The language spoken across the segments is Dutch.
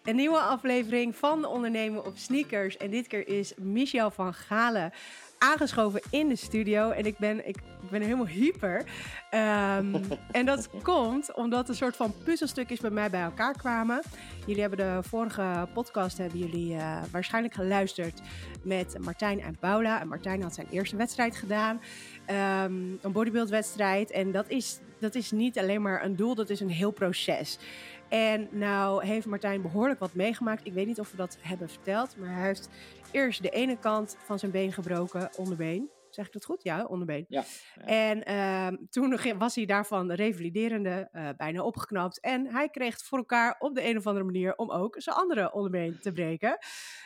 Een nieuwe aflevering van Ondernemen op Sneakers. En dit keer is Michelle van Galen aangeschoven in de studio. En ik ben helemaal hyper. En dat komt omdat een soort van puzzelstukjes bij mij bij elkaar kwamen. Jullie hebben de vorige podcast waarschijnlijk geluisterd met Martijn en Paula. En Martijn had zijn eerste wedstrijd gedaan. Een bodybuildwedstrijd. En dat is niet alleen maar een doel, dat is een heel proces. En nou heeft Martijn behoorlijk wat meegemaakt. Ik weet niet of we dat hebben verteld, maar hij heeft eerst de ene kant van zijn been gebroken, onderbeen. Zeg ik dat goed? Ja, onderbeen. Ja. En toen was hij daarvan revaliderende, bijna opgeknapt. En hij kreeg het voor elkaar op de een of andere manier om ook zijn andere onderbeen te breken.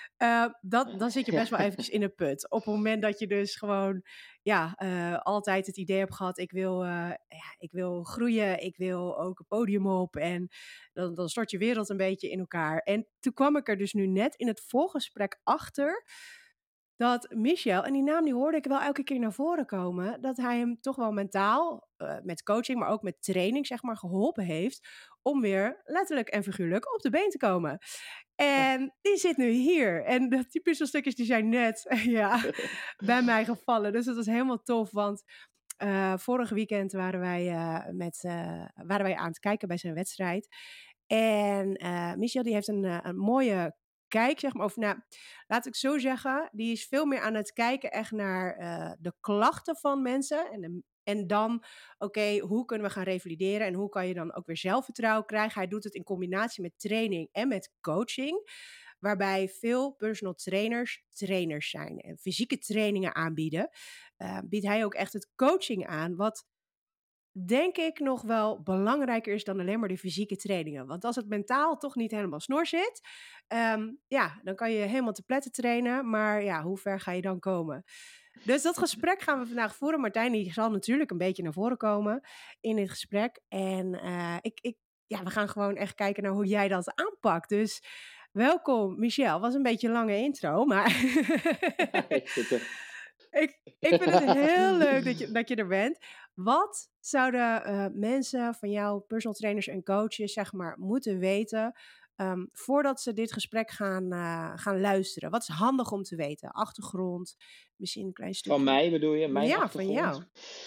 Dan zit je best wel eventjes in de put. Op het moment dat je dus gewoon altijd het idee hebt gehad, ik wil groeien, ik wil ook een podium op. En dan stort je wereld een beetje in elkaar. En toen kwam ik er dus nu net in het voorgesprek achter dat Michel, en die naam die hoorde ik wel elke keer naar voren komen, dat hij hem toch wel mentaal, met coaching, maar ook met training, zeg maar, geholpen heeft om weer letterlijk en figuurlijk op de been te komen. En die zit nu hier. En die puzzelstukjes die zijn net bij mij gevallen. Dus dat was helemaal tof, want vorig weekend waren wij aan het kijken bij zijn wedstrijd. En Michel die heeft een mooie kijk, zeg maar, of laat ik zo zeggen, die is veel meer aan het kijken echt naar de klachten van mensen en dan, oké, hoe kunnen we gaan revalideren en hoe kan je dan ook weer zelfvertrouwen krijgen? Hij doet het in combinatie met training en met coaching, waarbij veel personal trainers zijn en fysieke trainingen aanbieden. Biedt hij ook echt het coaching aan, wat denk ik nog wel belangrijker is dan alleen maar de fysieke trainingen. Want als het mentaal toch niet helemaal snor zit, dan kan je helemaal te pletten trainen. Maar ja, hoe ver ga je dan komen? Dus dat gesprek gaan we vandaag voeren. Martijn die zal natuurlijk een beetje naar voren komen in dit gesprek. En we gaan gewoon echt kijken naar hoe jij dat aanpakt. Dus welkom, Michel. Was een beetje een lange intro, maar ik vind het heel leuk dat je er bent. Wat zouden mensen van jou, personal trainers en coaches, zeg maar, moeten weten voordat ze dit gesprek gaan luisteren? Wat is handig om te weten? Achtergrond, misschien een klein stukje. Van mij bedoel je? Mijn Ja, achtergrond? van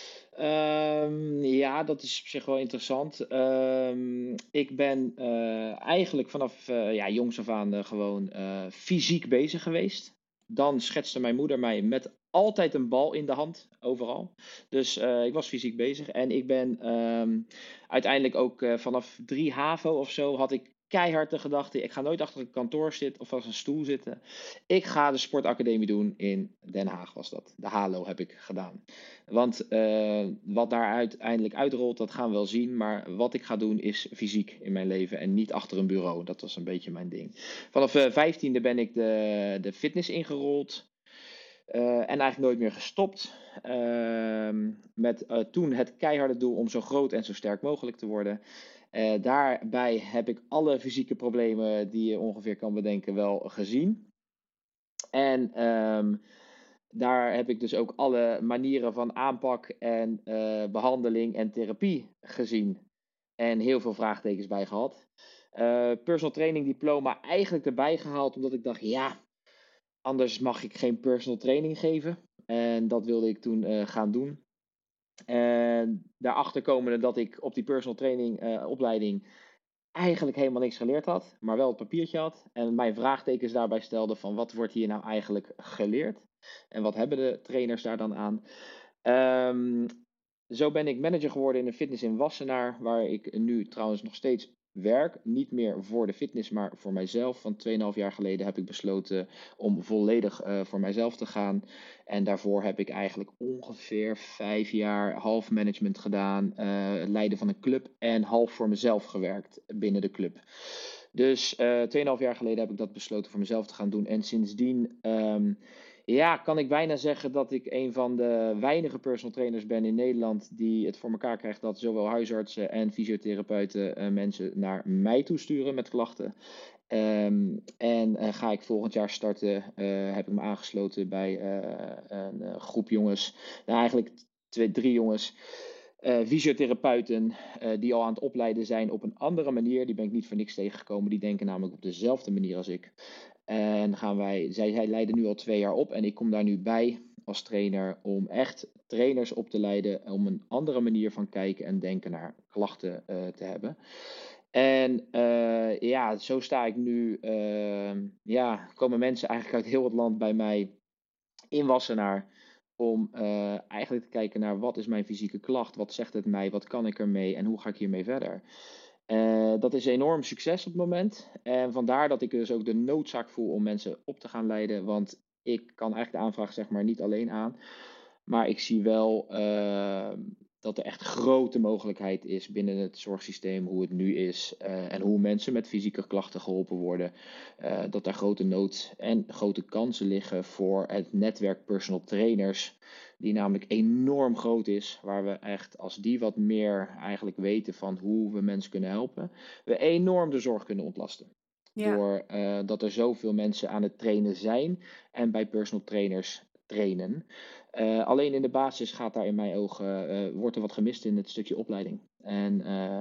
jou. Dat is op zich wel interessant. Ik ben eigenlijk vanaf jongs af aan gewoon fysiek bezig geweest. Dan schetste mijn moeder mij met altijd een bal in de hand, overal. Dus ik was fysiek bezig. En ik ben uiteindelijk ook vanaf 3 HAVO of zo had ik keihard de gedachte, ik ga nooit achter een kantoor zitten of achter een stoel zitten. Ik ga de sportacademie doen in Den Haag was dat. De HALO heb ik gedaan. Want wat daar uiteindelijk uitrolt, dat gaan we wel zien. Maar wat ik ga doen is fysiek in mijn leven en niet achter een bureau. Dat was een beetje mijn ding. Vanaf 15e ben ik de fitness ingerold. En eigenlijk nooit meer gestopt. Met toen het keiharde doel om zo groot en zo sterk mogelijk te worden. Daarbij heb ik alle fysieke problemen die je ongeveer kan bedenken wel gezien. En daar heb ik dus ook alle manieren van aanpak en behandeling en therapie gezien. En heel veel vraagtekens bij gehad. Personal training diploma eigenlijk erbij gehaald omdat ik dacht, ja, anders mag ik geen personal training geven. En dat wilde ik toen gaan doen. En daarachter komende dat ik op die personal training opleiding eigenlijk helemaal niks geleerd had, maar wel het papiertje had. En mijn vraagtekens daarbij stelde van wat wordt hier nou eigenlijk geleerd? En wat hebben de trainers daar dan aan? Zo ben ik manager geworden in een fitness in Wassenaar, waar ik nu trouwens nog steeds werk. Niet meer voor de fitness, maar voor mijzelf. Van 2,5 jaar geleden heb ik besloten om volledig voor mijzelf te gaan. En daarvoor heb ik eigenlijk ongeveer 5 jaar half management gedaan, leiden van een club en half voor mezelf gewerkt binnen de club. Dus 2,5 jaar geleden heb ik dat besloten voor mezelf te gaan doen. En sindsdien kan ik bijna zeggen dat ik een van de weinige personal trainers ben in Nederland die het voor elkaar krijgt dat zowel huisartsen en fysiotherapeuten mensen naar mij toesturen met klachten. En ga ik volgend jaar starten, heb ik me aangesloten bij een groep jongens. Nou, eigenlijk 3 jongens. fysiotherapeuten die al aan het opleiden zijn op een andere manier. Die ben ik niet voor niks tegengekomen. Die denken namelijk op dezelfde manier als ik. En zij leiden nu al 2 jaar op en ik kom daar nu bij als trainer om echt trainers op te leiden om een andere manier van kijken en denken naar klachten te hebben. En ja, zo sta ik nu. Ja, komen mensen eigenlijk uit heel het land bij mij in Wassenaar om eigenlijk te kijken naar wat is mijn fysieke klacht, wat zegt het mij, wat kan ik ermee en hoe ga ik hiermee verder. Dat is een enorm succes op het moment en vandaar dat ik dus ook de noodzaak voel om mensen op te gaan leiden, want ik kan eigenlijk de aanvraag zeg maar niet alleen aan, maar ik zie wel dat er echt grote mogelijkheid is binnen het zorgsysteem, hoe het nu is en hoe mensen met fysieke klachten geholpen worden. Dat daar grote nood en grote kansen liggen voor het netwerk personal trainers, die namelijk enorm groot is, waar we echt, als die wat meer eigenlijk weten van hoe we mensen kunnen helpen, we enorm de zorg kunnen ontlasten. Ja. Door dat er zoveel mensen aan het trainen zijn en bij personal trainers trainen. Alleen in de basis gaat daar in mijn ogen, wordt er wat gemist in het stukje opleiding. En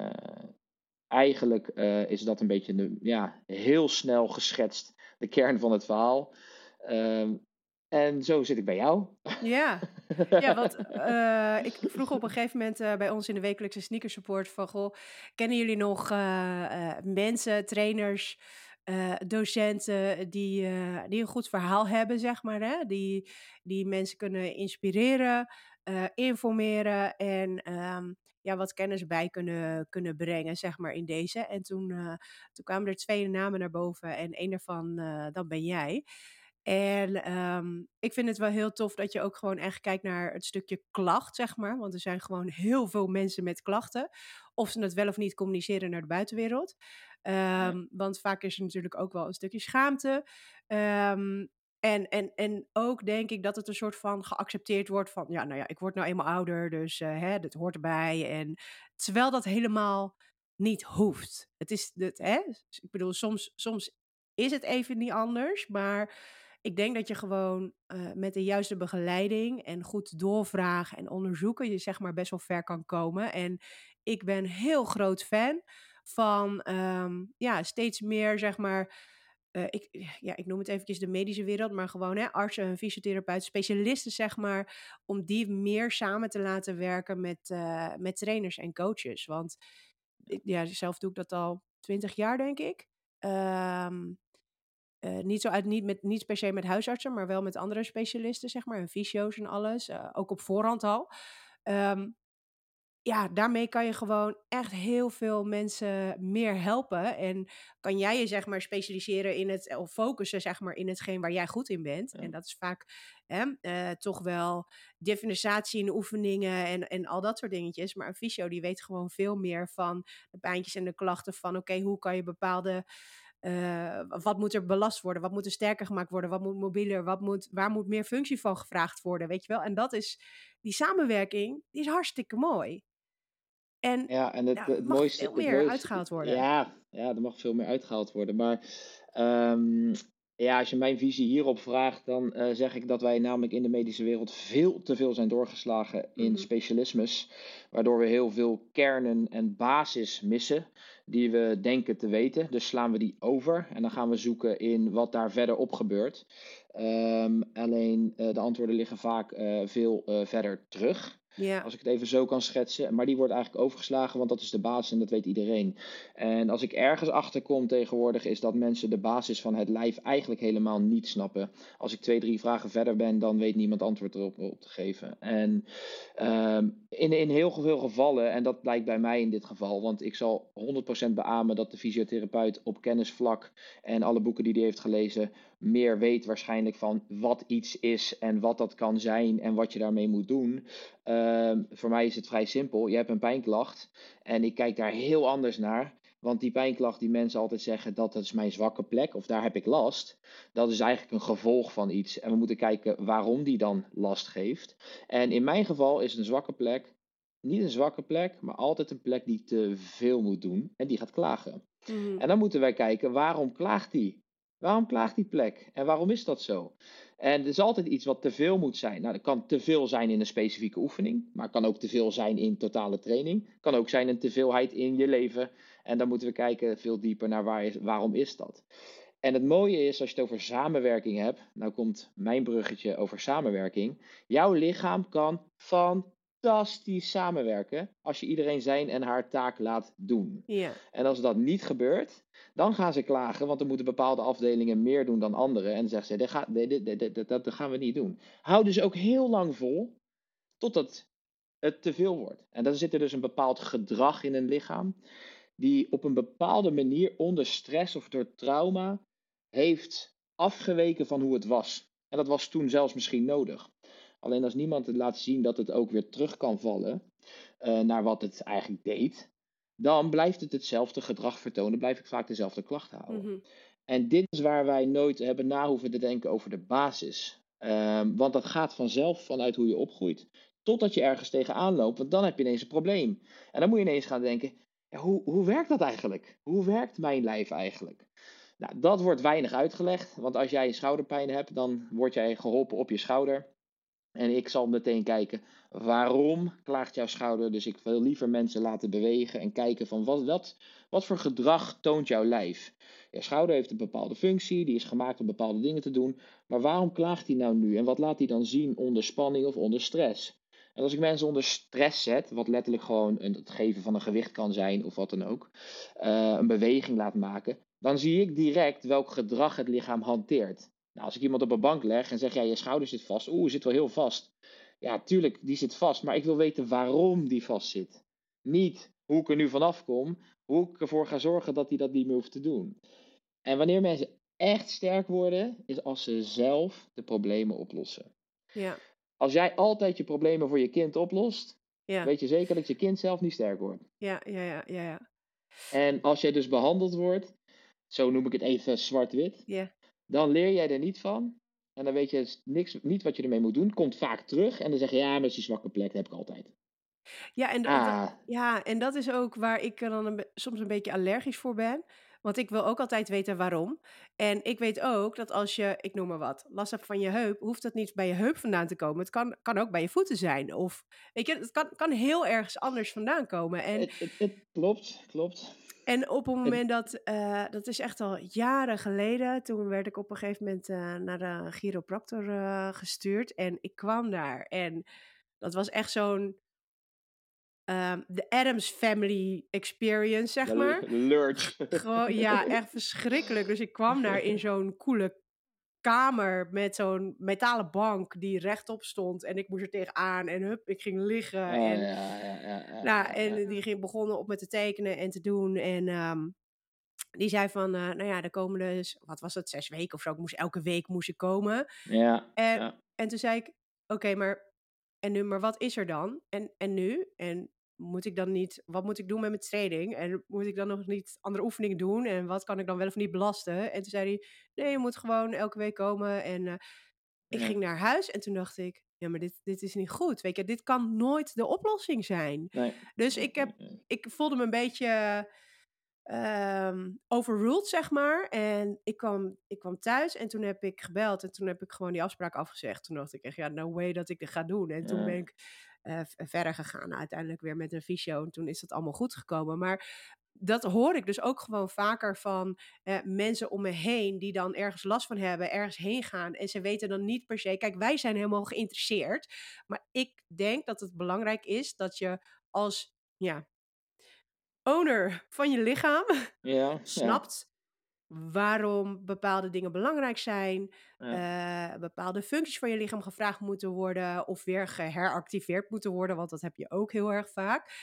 eigenlijk is dat een beetje ja, heel snel geschetst de kern van het verhaal. Ehm, en zo zit ik bij jou. Ja. Ja, wat ik vroeg op een gegeven moment bij ons in de wekelijkse sneakersupport van: "Goh, kennen jullie nog mensen, trainers, docenten die een goed verhaal hebben, zeg maar, hè? Die mensen kunnen inspireren, informeren en ja, wat kennis bij kunnen brengen, zeg maar, in deze." En toen kwamen er 2 namen naar boven en één daarvan, dat ben jij. En ik vind het wel heel tof dat je ook gewoon echt kijkt naar het stukje klacht, zeg maar. Want er zijn gewoon heel veel mensen met klachten. Of ze het wel of niet communiceren naar de buitenwereld. Ja, Want vaak is er natuurlijk ook wel een stukje schaamte. Ehm, en ook denk ik dat het een soort van geaccepteerd wordt van, ja, nou ja, ik word nou eenmaal ouder, dus hè, dat hoort erbij. En terwijl dat helemaal niet hoeft. Het is, hè? Ik bedoel, soms is het even niet anders, maar ik denk dat je gewoon met de juiste begeleiding en goed doorvragen en onderzoeken je zeg maar best wel ver kan komen. En ik ben heel groot fan van ja, steeds meer zeg maar. Ik noem het eventjes de medische wereld, maar gewoon hè, artsen en fysiotherapeuten, specialisten zeg maar, om die meer samen te laten werken met trainers en coaches. Want ja, zelf doe ik dat al 20 jaar, denk ik. Ehm, niet per se met huisartsen, maar wel met andere specialisten, zeg maar, en fysio's en alles. Ook op voorhand al. Ehm, ja, daarmee kan je gewoon echt heel veel mensen meer helpen. En kan jij je, zeg maar, specialiseren in het, of focussen, zeg maar, in hetgeen waar jij goed in bent. En ja. dat is vaak toch wel differentiatie in oefeningen en al dat soort dingetjes. Maar een fysio die weet gewoon veel meer van de pijntjes en de klachten van, oké, hoe kan je bepaalde wat moet er belast worden? Wat moet er sterker gemaakt worden? Wat moet mobieler? Waar moet meer functie van gevraagd worden? Weet je wel? En die samenwerking, die is hartstikke mooi. En Ja, en ja, het mag mooiste, veel meer uitgehaald worden. ja, er mag veel meer uitgehaald worden. Maar ehm, ja, als je mijn visie hierop vraagt, dan zeg ik dat wij namelijk in de medische wereld veel te veel zijn doorgeslagen in Mhm. specialismes, waardoor we heel veel kernen en basis missen die we denken te weten. Dus slaan we die over en dan gaan we zoeken in wat daar verder op gebeurt. Alleen de antwoorden liggen vaak veel verder terug. Ja. Als ik het even zo kan schetsen. Maar die wordt eigenlijk overgeslagen, want dat is de basis en dat weet iedereen. En als ik ergens achter kom tegenwoordig, is dat mensen de basis van het lijf eigenlijk helemaal niet snappen. Als ik 2, 3 vragen verder ben, dan weet niemand antwoord erop op te geven. En in heel veel gevallen, en dat blijkt bij mij in dit geval, want ik zal 100% beamen dat de fysiotherapeut op kennisvlak en alle boeken die hij heeft gelezen meer weet waarschijnlijk van wat iets is en wat dat kan zijn en wat je daarmee moet doen. Voor mij is het vrij simpel. Je hebt een pijnklacht en ik kijk daar heel anders naar. Want die pijnklacht die mensen altijd zeggen dat is mijn zwakke plek of daar heb ik last. Dat is eigenlijk een gevolg van iets. En we moeten kijken waarom die dan last geeft. En in mijn geval is een zwakke plek niet een zwakke plek, maar altijd een plek die te veel moet doen en die gaat klagen. Mhm. En dan moeten wij kijken waarom klaagt die? Waarom klaagt die plek? En waarom is dat zo? En er is altijd iets wat te veel moet zijn. Nou, dat kan te veel zijn in een specifieke oefening, maar het kan ook te veel zijn in totale training. Het kan ook zijn een teveelheid in je leven. En dan moeten we kijken veel dieper naar waarom is dat. En het mooie is, als je het over samenwerking hebt, nou komt mijn bruggetje over samenwerking. Jouw lichaam kan fantastisch samenwerken als je iedereen zijn en haar taak laat doen. Ja. En als dat niet gebeurt, dan gaan ze klagen, want er moeten bepaalde afdelingen meer doen dan anderen. En dan zeggen ze, dat gaan we niet doen. Hou dus ook heel lang vol, totdat het te veel wordt. En dan zit er dus een bepaald gedrag in een lichaam, die op een bepaalde manier onder stress of door trauma heeft afgeweken van hoe het was. En dat was toen zelfs misschien nodig. Alleen als niemand het laat zien dat het ook weer terug kan vallen naar wat het eigenlijk deed, dan blijft het hetzelfde gedrag vertonen, blijf ik vaak dezelfde klachten houden. Mhm. En dit is waar wij nooit hebben na hoeven te denken over de basis. Want dat gaat vanzelf vanuit hoe je opgroeit. Totdat je ergens tegenaan loopt, want dan heb je ineens een probleem. En dan moet je ineens gaan denken, ja, hoe werkt dat eigenlijk? Hoe werkt mijn lijf eigenlijk? Nou, dat wordt weinig uitgelegd, want als jij schouderpijn hebt, dan word jij geholpen op je schouder. En ik zal meteen kijken, waarom klaagt jouw schouder? Dus ik wil liever mensen laten bewegen en kijken van wat voor gedrag toont jouw lijf? Je schouder heeft een bepaalde functie, die is gemaakt om bepaalde dingen te doen. Maar waarom klaagt hij nou nu? En wat laat hij dan zien onder spanning of onder stress? En als ik mensen onder stress zet, wat letterlijk gewoon het geven van een gewicht kan zijn of wat dan ook, een beweging laat maken, dan zie ik direct welk gedrag het lichaam hanteert. Nou, als ik iemand op een bank leg en zeg, ja, je schouder zit vast. Zit wel heel vast. Ja, tuurlijk, die zit vast. Maar ik wil weten waarom die vast zit. Niet hoe ik er nu vanaf kom. Hoe ik ervoor ga zorgen dat hij dat niet meer hoeft te doen. En wanneer mensen echt sterk worden, is als ze zelf de problemen oplossen. Ja. Als jij altijd je problemen voor je kind oplost, Ja. weet je zeker dat je kind zelf niet sterk wordt. Ja. En als jij dus behandeld wordt, zo noem ik het even zwart-wit, Ja. dan leer jij er niet van. En dan weet je niet wat je ermee moet doen. Komt vaak terug en dan zeg je, ja, maar dat is die zwakke plek, dat heb ik altijd. Ja, Ah, en dat is ook waar ik er dan soms een beetje allergisch voor ben. Want ik wil ook altijd weten waarom. En ik weet ook dat als je, ik noem maar wat, last hebt van je heup, hoeft dat niet bij je heup vandaan te komen. Het kan ook bij je voeten zijn. Of weet je, het kan heel ergens anders vandaan komen. het klopt. En op het Het, moment dat is echt al jaren geleden, toen werd ik op een gegeven moment naar de chiropractor gestuurd. En ik kwam daar en dat was echt zo'n de Addams Family experience, zeg maar. lurch. Gewoon, ja, echt verschrikkelijk. Dus ik kwam daar in zo'n coole kamer met zo'n metalen bank die rechtop stond. En ik moest er tegenaan en hup, ik ging liggen. Oh En, nou, ja. en die ging begonnen op met te tekenen en te doen. En die zei van, nou ja, de komende, wat was het, 6 weken of zo. Elke week moest ik komen. Ja, En, ja. en toen zei ik, oké, maar wat is er dan? En nu? En moet ik dan niet, wat moet ik doen met mijn training? En moet ik dan nog niet andere oefeningen doen? En wat kan ik dan wel of niet belasten? En toen zei hij, nee, je moet gewoon elke week komen. En ik Ja. ging naar huis en toen dacht ik, ja, maar dit is niet goed. Weet je, dit kan nooit de oplossing zijn. Nee. Dus Nee. ik voelde me een beetje overruled, zeg maar. En ik kwam thuis en toen heb ik gebeld en toen heb ik gewoon die afspraak afgezegd. Toen dacht ik echt, ja, no way dat ik dit ga doen. En toen ben ik verder gegaan, uiteindelijk weer met een fysio. En toen is het allemaal goed gekomen. Maar dat hoor ik dus ook gewoon vaker van mensen om me heen die dan ergens last van hebben, ergens heen gaan. En ze weten dan niet per se, kijk, wij zijn helemaal geïnteresseerd. Maar ik denk dat het belangrijk is dat je als, ja, owner van je lichaam Ja. snapt waarom bepaalde dingen belangrijk zijn, Ja. bepaalde functies van je lichaam gevraagd moeten worden of weer geheractiveerd moeten worden, want dat heb je ook heel erg vaak.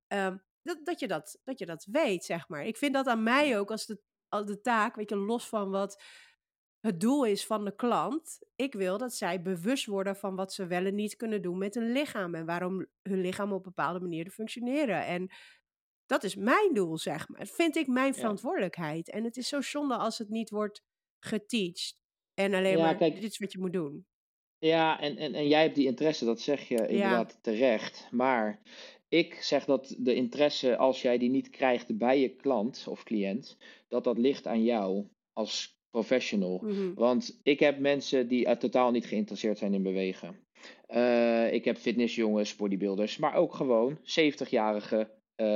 Dat je dat weet, zeg maar. Ik vind dat aan mij ook als de taak, weet je, los van wat het doel is van de klant. Ik wil dat zij bewust worden van wat ze wel en niet kunnen doen met hun lichaam en waarom hun lichaam op bepaalde manieren functioneren. En dat is mijn doel, zeg maar. Vind ik mijn Ja. verantwoordelijkheid. En het is zo zonde als het niet wordt geteacht. En alleen Ja, maar, kijk. dit is wat je moet doen. Ja, en jij hebt die interesse, dat zeg je Ja, inderdaad terecht. Maar ik zeg dat de interesse, als jij die niet krijgt bij je klant of cliënt, dat ligt aan jou als professional. Mhm. Want ik heb mensen die totaal niet geïnteresseerd zijn in bewegen. Ik heb fitnessjongens, bodybuilders, maar ook gewoon 70-jarige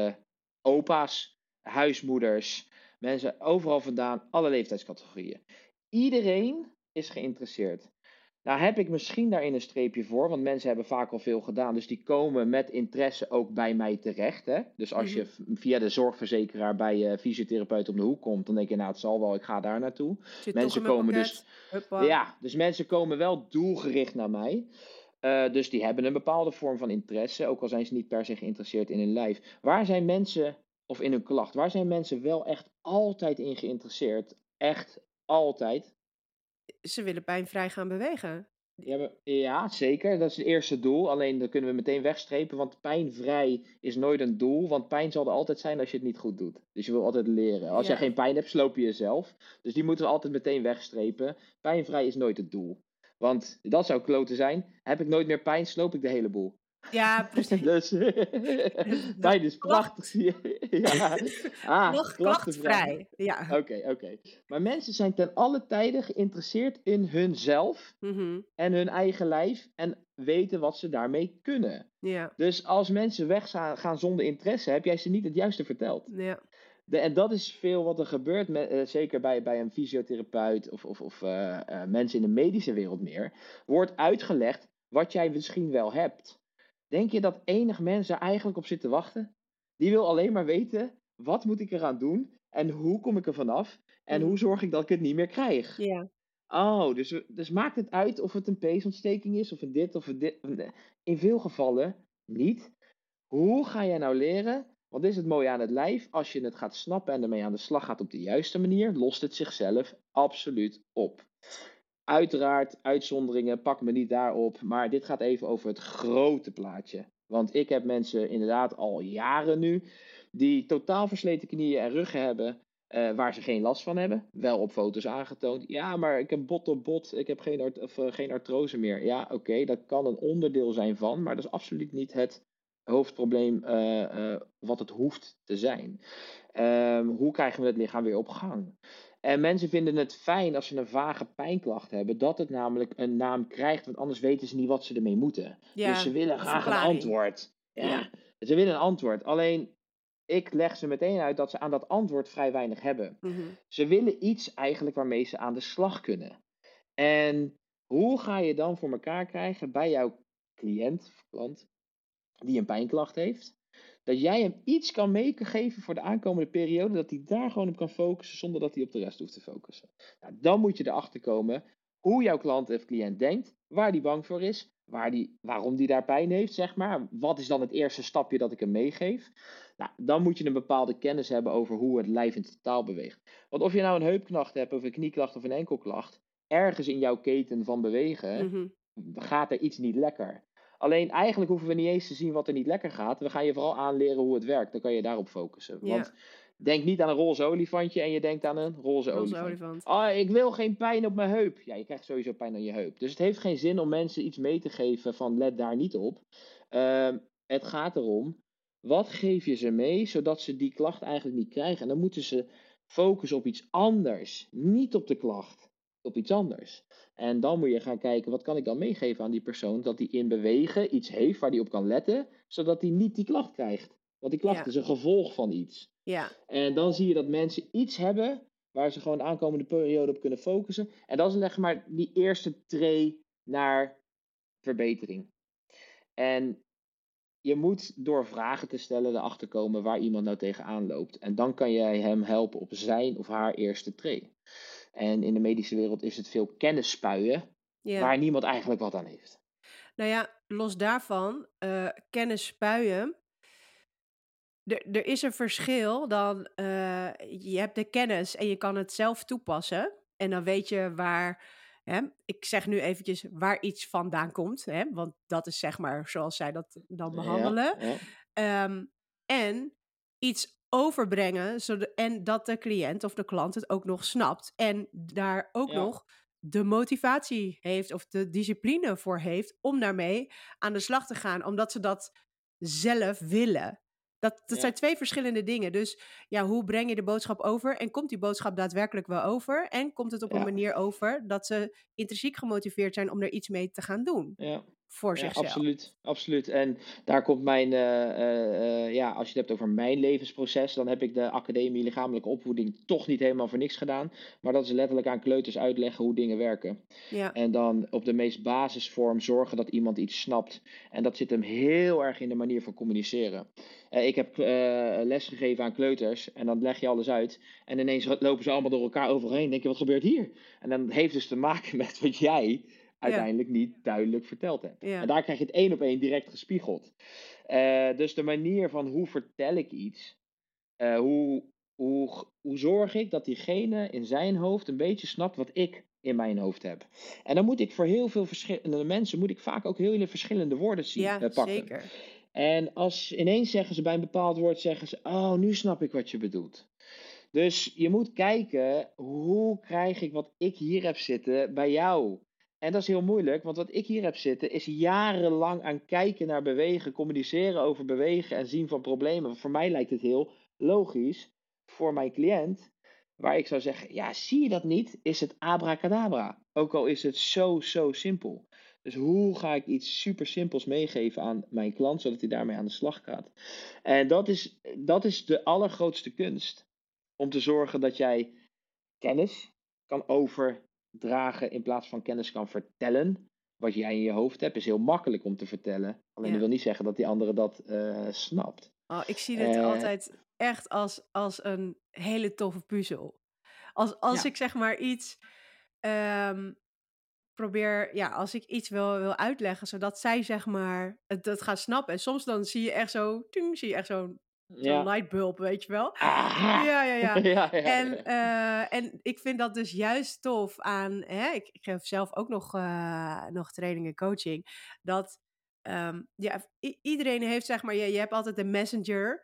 opa's, huismoeders, mensen overal vandaan, alle leeftijdscategorieën. Iedereen is geïnteresseerd. Nou heb ik misschien daarin een streepje voor, want mensen hebben vaak al veel gedaan. Dus die komen met interesse ook bij mij terecht. Hè? Dus als je Mhm. via de zorgverzekeraar bij je fysiotherapeut om de hoek komt, dan denk je, nou het zal wel, ik ga daar naartoe. Zit toch in Mensen mijn komen dus, pakket. Huppa. ja, dus mensen komen wel doelgericht naar mij. Dus die hebben een bepaalde vorm van interesse, ook al zijn ze niet per se geïnteresseerd in hun lijf. Waar zijn mensen, of in hun klacht, waar zijn mensen wel echt altijd in geïnteresseerd? Echt altijd. Ze willen pijnvrij gaan bewegen. Ja, zeker. Dat is het eerste doel. Alleen dat kunnen we meteen wegstrepen, want pijnvrij is nooit een doel. Want pijn zal er altijd zijn als je het niet goed doet. Dus je wil altijd leren. Als jij Ja. geen pijn hebt, sloop je jezelf. Dus die moeten we altijd meteen wegstrepen. Pijnvrij is nooit het doel. Want dat zou kloten zijn. Heb ik nooit meer pijn, sloop ik de hele boel. Ja, precies. Dus Dus pijn is prachtig. Ja. Klachtenvrij. klachtvrij. Ja. Oké. Maar mensen zijn ten alle tijde geïnteresseerd in hunzelf Mhm. en hun eigen lijf en weten wat ze daarmee kunnen. Ja. Dus als mensen weggaan zonder interesse, heb jij ze niet het juiste verteld. Ja. En dat is veel wat er gebeurt, zeker bij een fysiotherapeut of mensen in de medische wereld meer. Wordt uitgelegd wat jij misschien wel hebt. Denk je dat enig mens er eigenlijk op zit te wachten? Die wil alleen maar weten, wat moet ik eraan doen? En hoe kom ik er vanaf? En Mhm. hoe zorg ik dat ik het niet meer krijg? Ja. Oh, dus maakt het uit of het een peesontsteking is, of een dit, of een dit? In veel gevallen niet. Hoe ga jij nou leren? Wat is het mooie aan het lijf? Als je het gaat snappen en ermee aan de slag gaat op de juiste manier, lost het zichzelf absoluut op. Uiteraard, uitzonderingen, pak me niet daarop, maar dit gaat even over het grote plaatje. Want ik heb mensen inderdaad al jaren nu, die totaal versleten knieën en ruggen hebben, waar ze geen last van hebben. Wel op foto's aangetoond. Ja, maar ik heb bot op bot, ik heb geen artrose meer. Ja, oké, dat kan een onderdeel zijn van, maar dat is absoluut niet het hoofdprobleem wat het hoeft te zijn. Hoe krijgen we het lichaam weer op gang? En mensen vinden het fijn als ze een vage pijnklacht hebben, dat het namelijk een naam krijgt, want anders weten ze niet wat ze ermee moeten. Dus ze Ja. willen Een graag een verklaring. antwoord. Ja. Ja, ze willen een antwoord. Alleen, ik leg ze meteen uit dat ze aan dat antwoord vrij weinig hebben. Mhm. Ze willen iets eigenlijk waarmee ze aan de slag kunnen. En hoe ga je dan voor elkaar krijgen bij jouw cliënt of klant die een pijnklacht heeft, dat jij hem iets kan meegeven voor de aankomende periode, dat hij daar gewoon op kan focussen zonder dat hij op de rest hoeft te focussen. Nou, dan moet je erachter komen hoe jouw klant of cliënt denkt, waar die bang voor is, waarom die daar pijn heeft, zeg maar. Wat is dan het eerste stapje dat ik hem meegeef? Nou, dan moet je een bepaalde kennis hebben over hoe het lijf in totaal beweegt. Want of je nou een heupklacht hebt, of een knieklacht of een enkelklacht, ergens in jouw keten van bewegen Mhm. gaat er iets niet lekker. Alleen eigenlijk hoeven we niet eens te zien wat er niet lekker gaat. We gaan je vooral aanleren hoe het werkt. Dan kan je daarop focussen. Ja. Want denk niet aan een roze olifantje en je denkt aan een roze Roze olifant. olifant. Oh, ik wil geen pijn op mijn heup. Ja, je krijgt sowieso pijn aan je heup. Dus het heeft geen zin om mensen iets mee te geven van let daar niet op. Het gaat erom, wat geef je ze mee zodat ze die klacht eigenlijk niet krijgen. En dan moeten ze focussen op iets anders. Niet op de klacht, op iets anders. En dan moet je gaan kijken, wat kan ik dan meegeven aan die persoon, dat die in bewegen iets heeft waar die op kan letten, zodat hij niet die klacht krijgt. Want die klacht Ja. is een gevolg van iets. Ja. En dan zie je dat mensen iets hebben waar ze gewoon de aankomende periode op kunnen focussen. En dat is zeg maar die eerste tree naar verbetering. En je moet door vragen te stellen erachter komen waar iemand nou tegenaan loopt. En dan kan jij hem helpen op zijn of haar eerste tree. En in de medische wereld is het veel kennis spuien Ja. waar niemand eigenlijk wat aan heeft. Nou ja, los daarvan, kennis spuien. Er is een verschil dan, je hebt de kennis en je kan het zelf toepassen. En dan weet je waar, hè, ik zeg nu eventjes waar iets vandaan komt. Hè, want dat is zeg maar zoals zij dat dan behandelen. Ja. Ehm, en iets overbrengen en dat de cliënt of de klant het ook nog snapt. En daar ook Ja. nog de motivatie heeft of de discipline voor heeft om daarmee aan de slag te gaan. Omdat ze dat zelf willen. Dat zijn Ja, 2 verschillende dingen. Dus ja, hoe breng je de boodschap over? En komt die boodschap daadwerkelijk wel over? En komt het op een ja, manier over dat ze intrinsiek gemotiveerd zijn om er iets mee te gaan doen ja. voor Ja, zichzelf? absoluut, absoluut. En daar komt mijn, ja, als je het hebt over mijn levensproces, dan heb ik de academie lichamelijke opvoeding toch niet helemaal voor niks gedaan. Maar dat is letterlijk aan kleuters uitleggen hoe dingen werken. Ja, En dan op de meest basisvorm zorgen dat iemand iets snapt. En dat zit hem heel erg in de manier van communiceren. Ik heb les gegeven aan kleuters en dan leg je alles uit. En ineens lopen ze allemaal door elkaar overheen. Denk je, wat gebeurt hier? En dan heeft dus te maken met wat jij ja, uiteindelijk niet duidelijk verteld hebt. En ja, daar krijg je het 1-op-1 direct gespiegeld. Dus de manier van hoe vertel ik iets, hoe, hoe zorg ik dat diegene in zijn hoofd een beetje snapt wat ik in mijn hoofd heb. En dan moet ik voor heel veel verschillende mensen, moet ik vaak ook heel veel verschillende woorden ja, pakken. zeker. En als ineens zeggen ze bij een bepaald woord, zeggen ze, oh, nu snap ik wat je bedoelt. Dus je moet kijken, hoe krijg ik wat ik hier heb zitten bij jou? En dat is heel moeilijk, want wat ik hier heb zitten is jarenlang aan kijken naar bewegen, communiceren over bewegen en zien van problemen. Voor mij lijkt het heel logisch. Voor mijn cliënt, waar ik zou zeggen, ja, zie je dat niet? Is het abracadabra. Ook al is het zo, zo simpel. Dus hoe ga ik iets super simpels meegeven aan mijn klant, zodat hij daarmee aan de slag gaat? En dat is de allergrootste kunst om te zorgen dat jij kennis kan overdragen in plaats van kennis kan vertellen. Wat jij in je hoofd hebt, is heel makkelijk om te vertellen. Alleen dat Ja. wil niet zeggen dat die andere dat snapt. Oh, ik zie dit Eh, altijd echt als een hele toffe puzzel. Als ja, ik zeg maar iets ehm, probeer, ja, als ik iets wil uitleggen, zodat zij zeg maar het gaat snappen. En soms dan zie je echt zo, ting, zie je echt zo'n ja. lightbulb, weet je wel. Aha! Ja, ja, ja. Ja, ja, En, ja. en ik vind dat dus juist tof aan, hè, ik geef zelf ook nog training en coaching, dat ja, iedereen heeft zeg maar, je hebt altijd de messenger.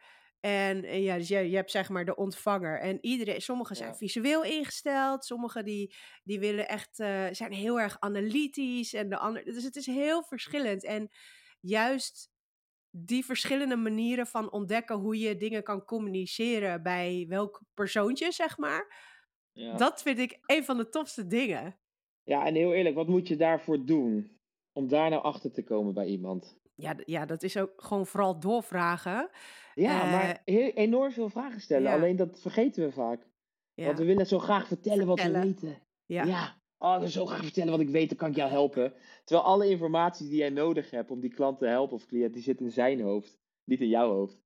En ja, dus je hebt zeg maar de ontvanger. En sommigen zijn Ja, visueel ingesteld, sommigen die willen echt, zijn heel erg analytisch. En de ander, dus het is heel verschillend. En juist die verschillende manieren van ontdekken hoe je dingen kan communiceren bij welk persoontje, zeg maar. ja. Dat vind ik een van de tofste dingen. Ja, en heel eerlijk, wat moet je daarvoor doen? Om daar nou achter te komen bij iemand? Ja, ja, dat is ook gewoon vooral doorvragen. Ja, Eh, maar enorm veel vragen stellen. ja, Alleen dat vergeten we vaak. Want we ja. willen zo graag vertellen wat we Vertellen. weten. Ja. Ja, oh, ik wil zo graag vertellen wat ik weet, dan kan ik jou helpen. Terwijl alle informatie die jij nodig hebt om die klant te helpen of cliënt, die zit in zijn hoofd, niet in jouw hoofd.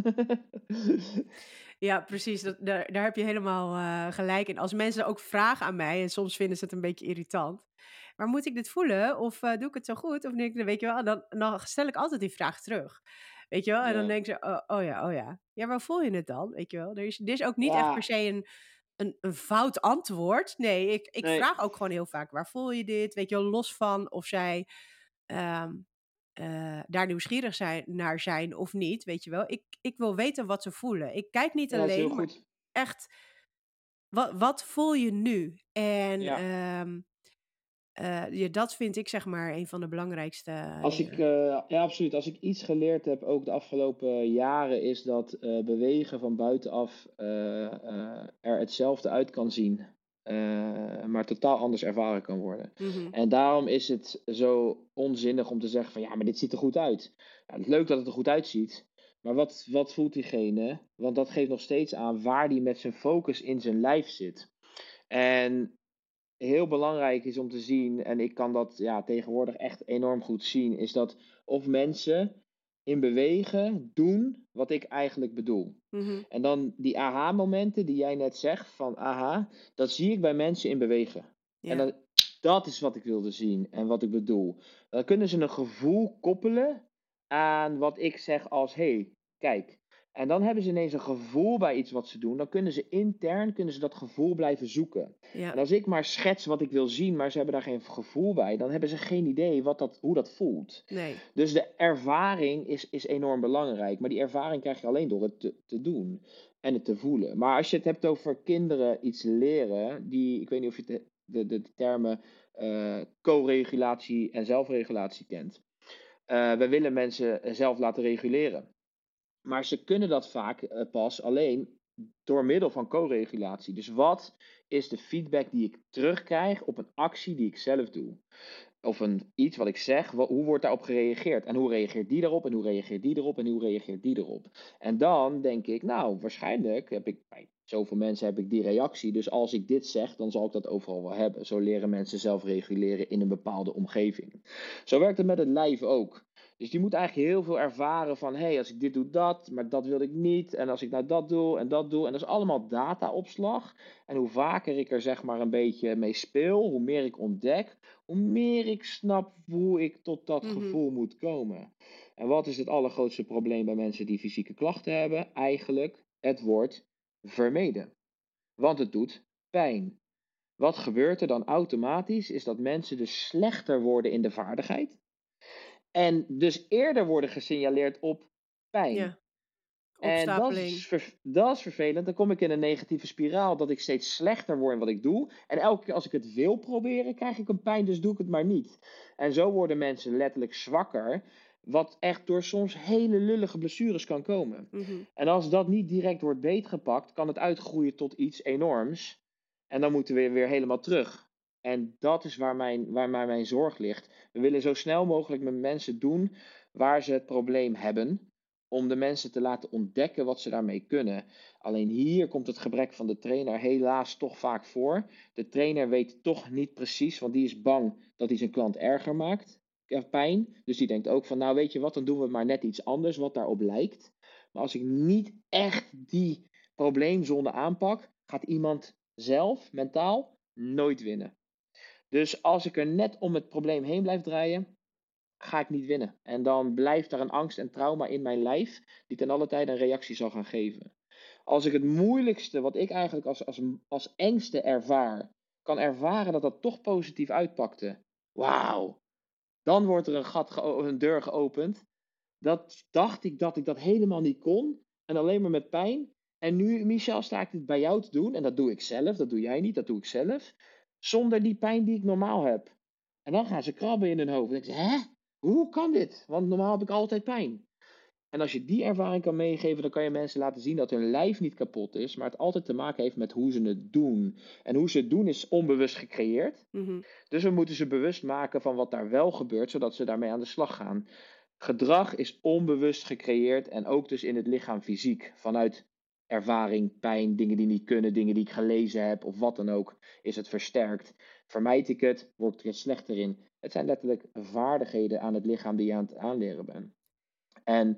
Ja, precies. Daar heb je helemaal gelijk in. Als mensen ook vragen aan mij, en soms vinden ze het een beetje irritant. Maar moet ik dit voelen? Of doe ik het zo goed? Of niet? Dan weet je wel, dan stel ik altijd die vraag terug. Weet je wel? En dan Ja, denken ze, oh ja, oh ja. Ja, waar voel je het dan? Weet je wel? Er is ook niet echt per ja, se een fout antwoord. Nee, ik nee. vraag ook gewoon heel vaak, waar voel je dit? Weet je wel, los van of zij ehm, daar nieuwsgierig naar zijn of niet, weet je wel. Ik wil weten wat ze voelen. Ik kijk niet Ja, dat is heel alleen, maar goed. echt, wat voel je nu? En Ja. ja, dat vind ik zeg maar een van de belangrijkste Als ik, dingen. ja, absoluut. Als ik iets geleerd heb, ook de afgelopen jaren, is dat bewegen van buitenaf er hetzelfde uit kan zien, maar totaal anders ervaren kan worden. Mhm. En daarom is het zo onzinnig om te zeggen van ja, maar dit ziet er goed uit. Ja, het is leuk dat het er goed uitziet, maar wat voelt diegene? Want dat geeft nog steeds aan waar die met zijn focus in zijn lijf zit. En heel belangrijk is om te zien, en ik kan dat ja, tegenwoordig echt enorm goed zien, is dat of mensen in bewegen doen wat ik eigenlijk bedoel. Mhm. En dan die aha-momenten die jij net zegt, van aha, dat zie ik bij mensen in bewegen. En Ja, dat is wat ik wilde zien en wat ik bedoel. Dan kunnen ze een gevoel koppelen aan wat ik zeg als, hey, kijk. En dan hebben ze ineens een gevoel bij iets wat ze doen. Dan kunnen ze intern dat gevoel blijven zoeken. ja, En als ik maar schets wat ik wil zien, maar ze hebben daar geen gevoel bij, dan hebben ze geen idee hoe dat voelt. nee. Dus de ervaring is enorm belangrijk. Maar die ervaring krijg je alleen door het te doen en het te voelen. Maar als je het hebt over kinderen iets leren, ik weet niet of je de termen co-regulatie en zelfregulatie kent. We willen mensen zelf laten reguleren. Maar ze kunnen dat vaak pas alleen door middel van co-regulatie. Dus wat is de feedback die ik terugkrijg op een actie die ik zelf doe? Of iets wat ik zeg, hoe wordt daarop gereageerd? En hoe reageert die daarop? En hoe reageert die erop? En hoe reageert die erop? En dan denk ik, nou, waarschijnlijk heb ik bij zoveel mensen heb ik die reactie. Dus als ik dit zeg, dan zal ik dat overal wel hebben. Zo leren mensen zelf reguleren in een bepaalde omgeving. Zo werkt het met het lijf ook. Dus die moet eigenlijk heel veel ervaren van, hé, als ik dit doe, dat, maar dat wil ik niet. En als ik nou dat doe en dat doe. En dat is allemaal dataopslag. En hoe vaker ik er zeg maar een beetje mee speel, hoe meer ik ontdek, hoe meer ik snap hoe ik tot dat Mhm. gevoel moet komen. En wat is het allergrootste probleem bij mensen die fysieke klachten hebben? Eigenlijk, het wordt vermeden. Want het doet pijn. Wat gebeurt er dan automatisch? Is dat mensen dus slechter worden in de vaardigheid. En dus eerder worden gesignaleerd op pijn. Ja, En dat opstapeling. is, dat is vervelend. Dan kom ik in een negatieve spiraal dat ik steeds slechter word in wat ik doe. En elke keer als ik het wil proberen, krijg ik een pijn, dus doe ik het maar niet. En zo worden mensen letterlijk zwakker, wat echt door soms hele lullige blessures kan komen. Mhm. En als dat niet direct wordt beetgepakt, kan het uitgroeien tot iets enorms. En dan moeten we weer helemaal terug. En dat is waar mijn zorg ligt. We willen zo snel mogelijk met mensen doen waar ze het probleem hebben, om de mensen te laten ontdekken wat ze daarmee kunnen. Alleen hier komt het gebrek van de trainer helaas toch vaak voor. De trainer weet toch niet precies, want die is bang dat hij zijn klant erger maakt. Pijn. Dus die denkt ook van, nou weet je wat, dan doen we maar net iets anders wat daarop lijkt. Maar als ik niet echt die probleemzone aanpak, gaat iemand zelf mentaal nooit winnen. Dus als ik er net om het probleem heen blijf draaien, ga ik niet winnen. En dan blijft er een angst en trauma in mijn lijf, die ten alle tijde een reactie zal gaan geven. Als ik het moeilijkste, wat ik eigenlijk als engste ervaar, kan ervaren dat dat toch positief uitpakte. Wauw, dan wordt er een deur geopend. Dat dacht ik dat helemaal niet kon. En alleen maar met pijn. En nu, Michel, sta ik dit bij jou te doen. En dat doe ik zelf. Dat doe jij niet. Dat doe ik zelf. Zonder die pijn die ik normaal heb. En dan gaan ze krabben in hun hoofd. En ik zeg, hè? Hoe kan dit? Want normaal heb ik altijd pijn. En als je die ervaring kan meegeven, dan kan je mensen laten zien dat hun lijf niet kapot is. Maar het altijd te maken heeft met hoe ze het doen. En hoe ze het doen is onbewust gecreëerd. Mhm. Dus we moeten ze bewust maken van wat daar wel gebeurt, zodat ze daarmee aan de slag gaan. Gedrag is onbewust gecreëerd en ook dus in het lichaam fysiek. Vanuit ervaring, pijn, dingen die niet kunnen, dingen die ik gelezen heb of wat dan ook, is het versterkt. Vermijd ik het, word ik er slechter in. Het zijn letterlijk vaardigheden aan het lichaam die je aan het aanleren bent. En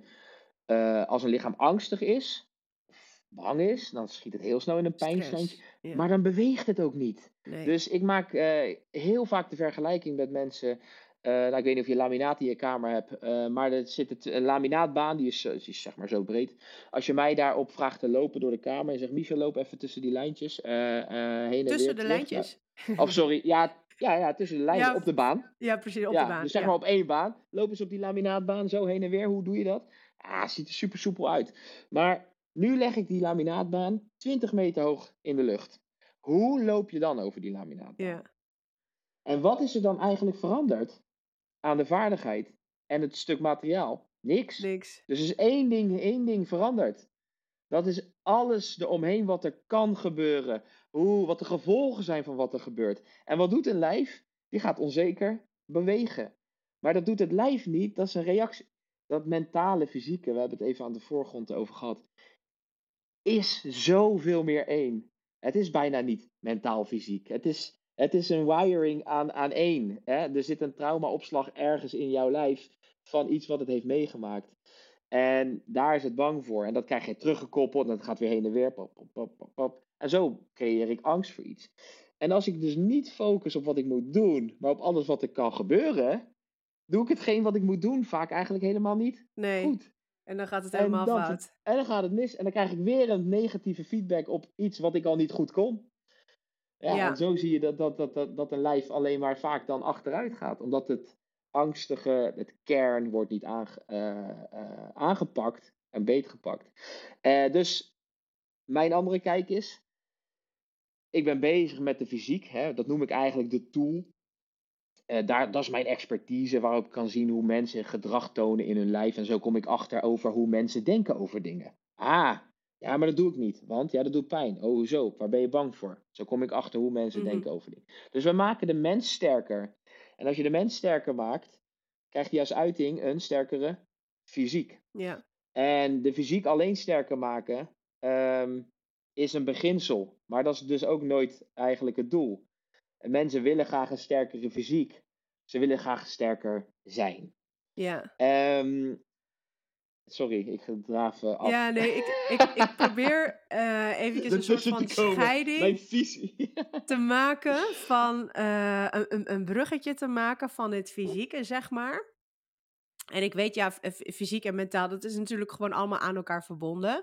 als een lichaam angstig is, of bang is, dan schiet het heel snel in een pijnstandje. Stress. Ja. Maar dan beweegt het ook niet. Nee. Dus ik maak heel vaak de vergelijking met mensen. Nou, ik weet niet of je laminaat in je kamer hebt, maar er zit een laminaatbaan, die is zeg maar zo breed. Als je mij daarop vraagt te lopen door de kamer en zegt, Michel, loop even tussen die lijntjes, heen en Tussen weer de terug. Nou, lijntjes? of sorry, ja, tussen de lijntjes Ja, op de baan. ja, precies, op de Ja, baan. dus zeg maar Ja. op één baan. Loop eens op die laminaatbaan zo heen en weer. Hoe doe je dat? Ah, ziet er super soepel uit. Maar nu leg ik die laminaatbaan 20 meter hoog in de lucht. Hoe loop je dan over die laminaatbaan? Ja. En wat is er dan eigenlijk veranderd aan de vaardigheid en het stuk materiaal? Niks. Niks. Dus er is één ding veranderd. Dat is alles eromheen wat er kan gebeuren. Wat de gevolgen zijn van wat er gebeurt. En wat doet een lijf? Die gaat onzeker bewegen. Maar dat doet het lijf niet. Dat is een reactie. Dat mentale, fysieke, we hebben het even aan de voorgrond over gehad, is zoveel meer één. Het is bijna niet mentaal-fysiek. Het is een wiring aan één. Hè? Er zit een traumaopslag ergens in jouw lijf van iets wat het heeft meegemaakt. En daar is het bang voor. En dat krijg je teruggekoppeld en dat gaat weer heen en weer. Pop, pop, pop, pop, pop. En zo creëer ik angst voor iets. En als ik dus niet focus op wat ik moet doen, maar op alles wat er kan gebeuren, doe ik hetgeen wat ik moet doen vaak eigenlijk helemaal niet Nee. goed. En dan gaat het En helemaal dan, fout. en dan gaat het mis. En dan krijg ik weer een negatieve feedback op iets wat ik al niet goed kon. Ja, en Ja. zo zie je dat een lijf alleen maar vaak dan achteruit gaat. Omdat het angstige, het kern wordt niet aangepakt en beetgepakt. Dus mijn andere kijk is, ik ben bezig met de fysiek. Hè, dat noem ik eigenlijk de tool. dat is mijn expertise waarop ik kan zien hoe mensen gedrag tonen in hun lijf. En zo kom ik achter over hoe mensen denken over dingen. Ah, ja, maar dat doe ik niet, want ja, dat doet pijn. Oh, hoezo? Waar ben je bang voor? Zo kom ik achter hoe mensen Mhm. denken over dingen. Dus we maken de mens sterker. En als je de mens sterker maakt, krijgt hij als uiting een sterkere fysiek. Ja. En de fysiek alleen sterker maken is een beginsel. Maar dat is dus ook nooit eigenlijk het doel. En mensen willen graag een sterkere fysiek. Ze willen graag sterker zijn. Ja. Sorry, ik draaf af. Ja, nee, ik probeer eventjes een soort Ertussen te van komen. Mijn scheiding visie. te maken van een bruggetje te maken van het fysieke, zeg maar. En ik weet, ja, fysiek en mentaal, dat is natuurlijk gewoon allemaal aan elkaar verbonden.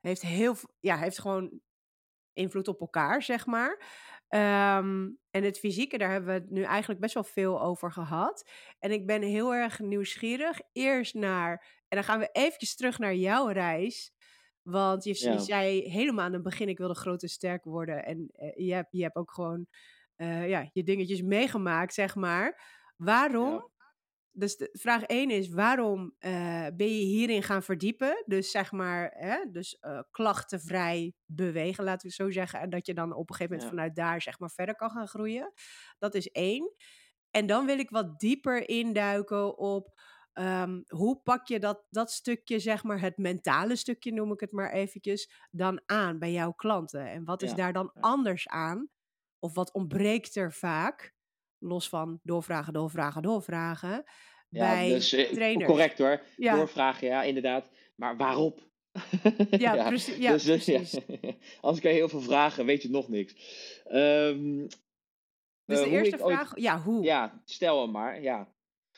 Heeft gewoon invloed op elkaar, zeg maar. En het fysieke, daar hebben we het nu eigenlijk best wel veel over gehad. En ik ben heel erg nieuwsgierig. Eerst naar, en dan gaan we eventjes terug naar jouw reis. Want je Ja, zei helemaal aan het begin, ik wilde groot en sterk worden. En je hebt ook gewoon je dingetjes meegemaakt, zeg maar. ja, Waarom? Dus vraag 1 is, waarom ben je hierin gaan verdiepen? Dus zeg maar, klachtenvrij bewegen, laten we het zo zeggen. En dat je dan op een gegeven moment ja, vanuit daar zeg maar verder kan gaan groeien. Dat is 1. En dan wil ik wat dieper induiken op hoe pak je dat stukje, zeg maar, het mentale stukje noem ik het maar eventjes, dan aan bij jouw klanten. En wat is ja. daar dan Ja, anders aan? Of wat ontbreekt er vaak? Los van doorvragen ja, bij dus trainers. correct hoor. Ja, Doorvragen, ja, inderdaad. Maar waarop? Ja, ja, dus ja. precies. Als ik er heel veel vragen, weet je nog niks. Ehm, Dus de Hoe eerste ik ooit... vraag, ja, hoe? Ja, stel hem maar, ja.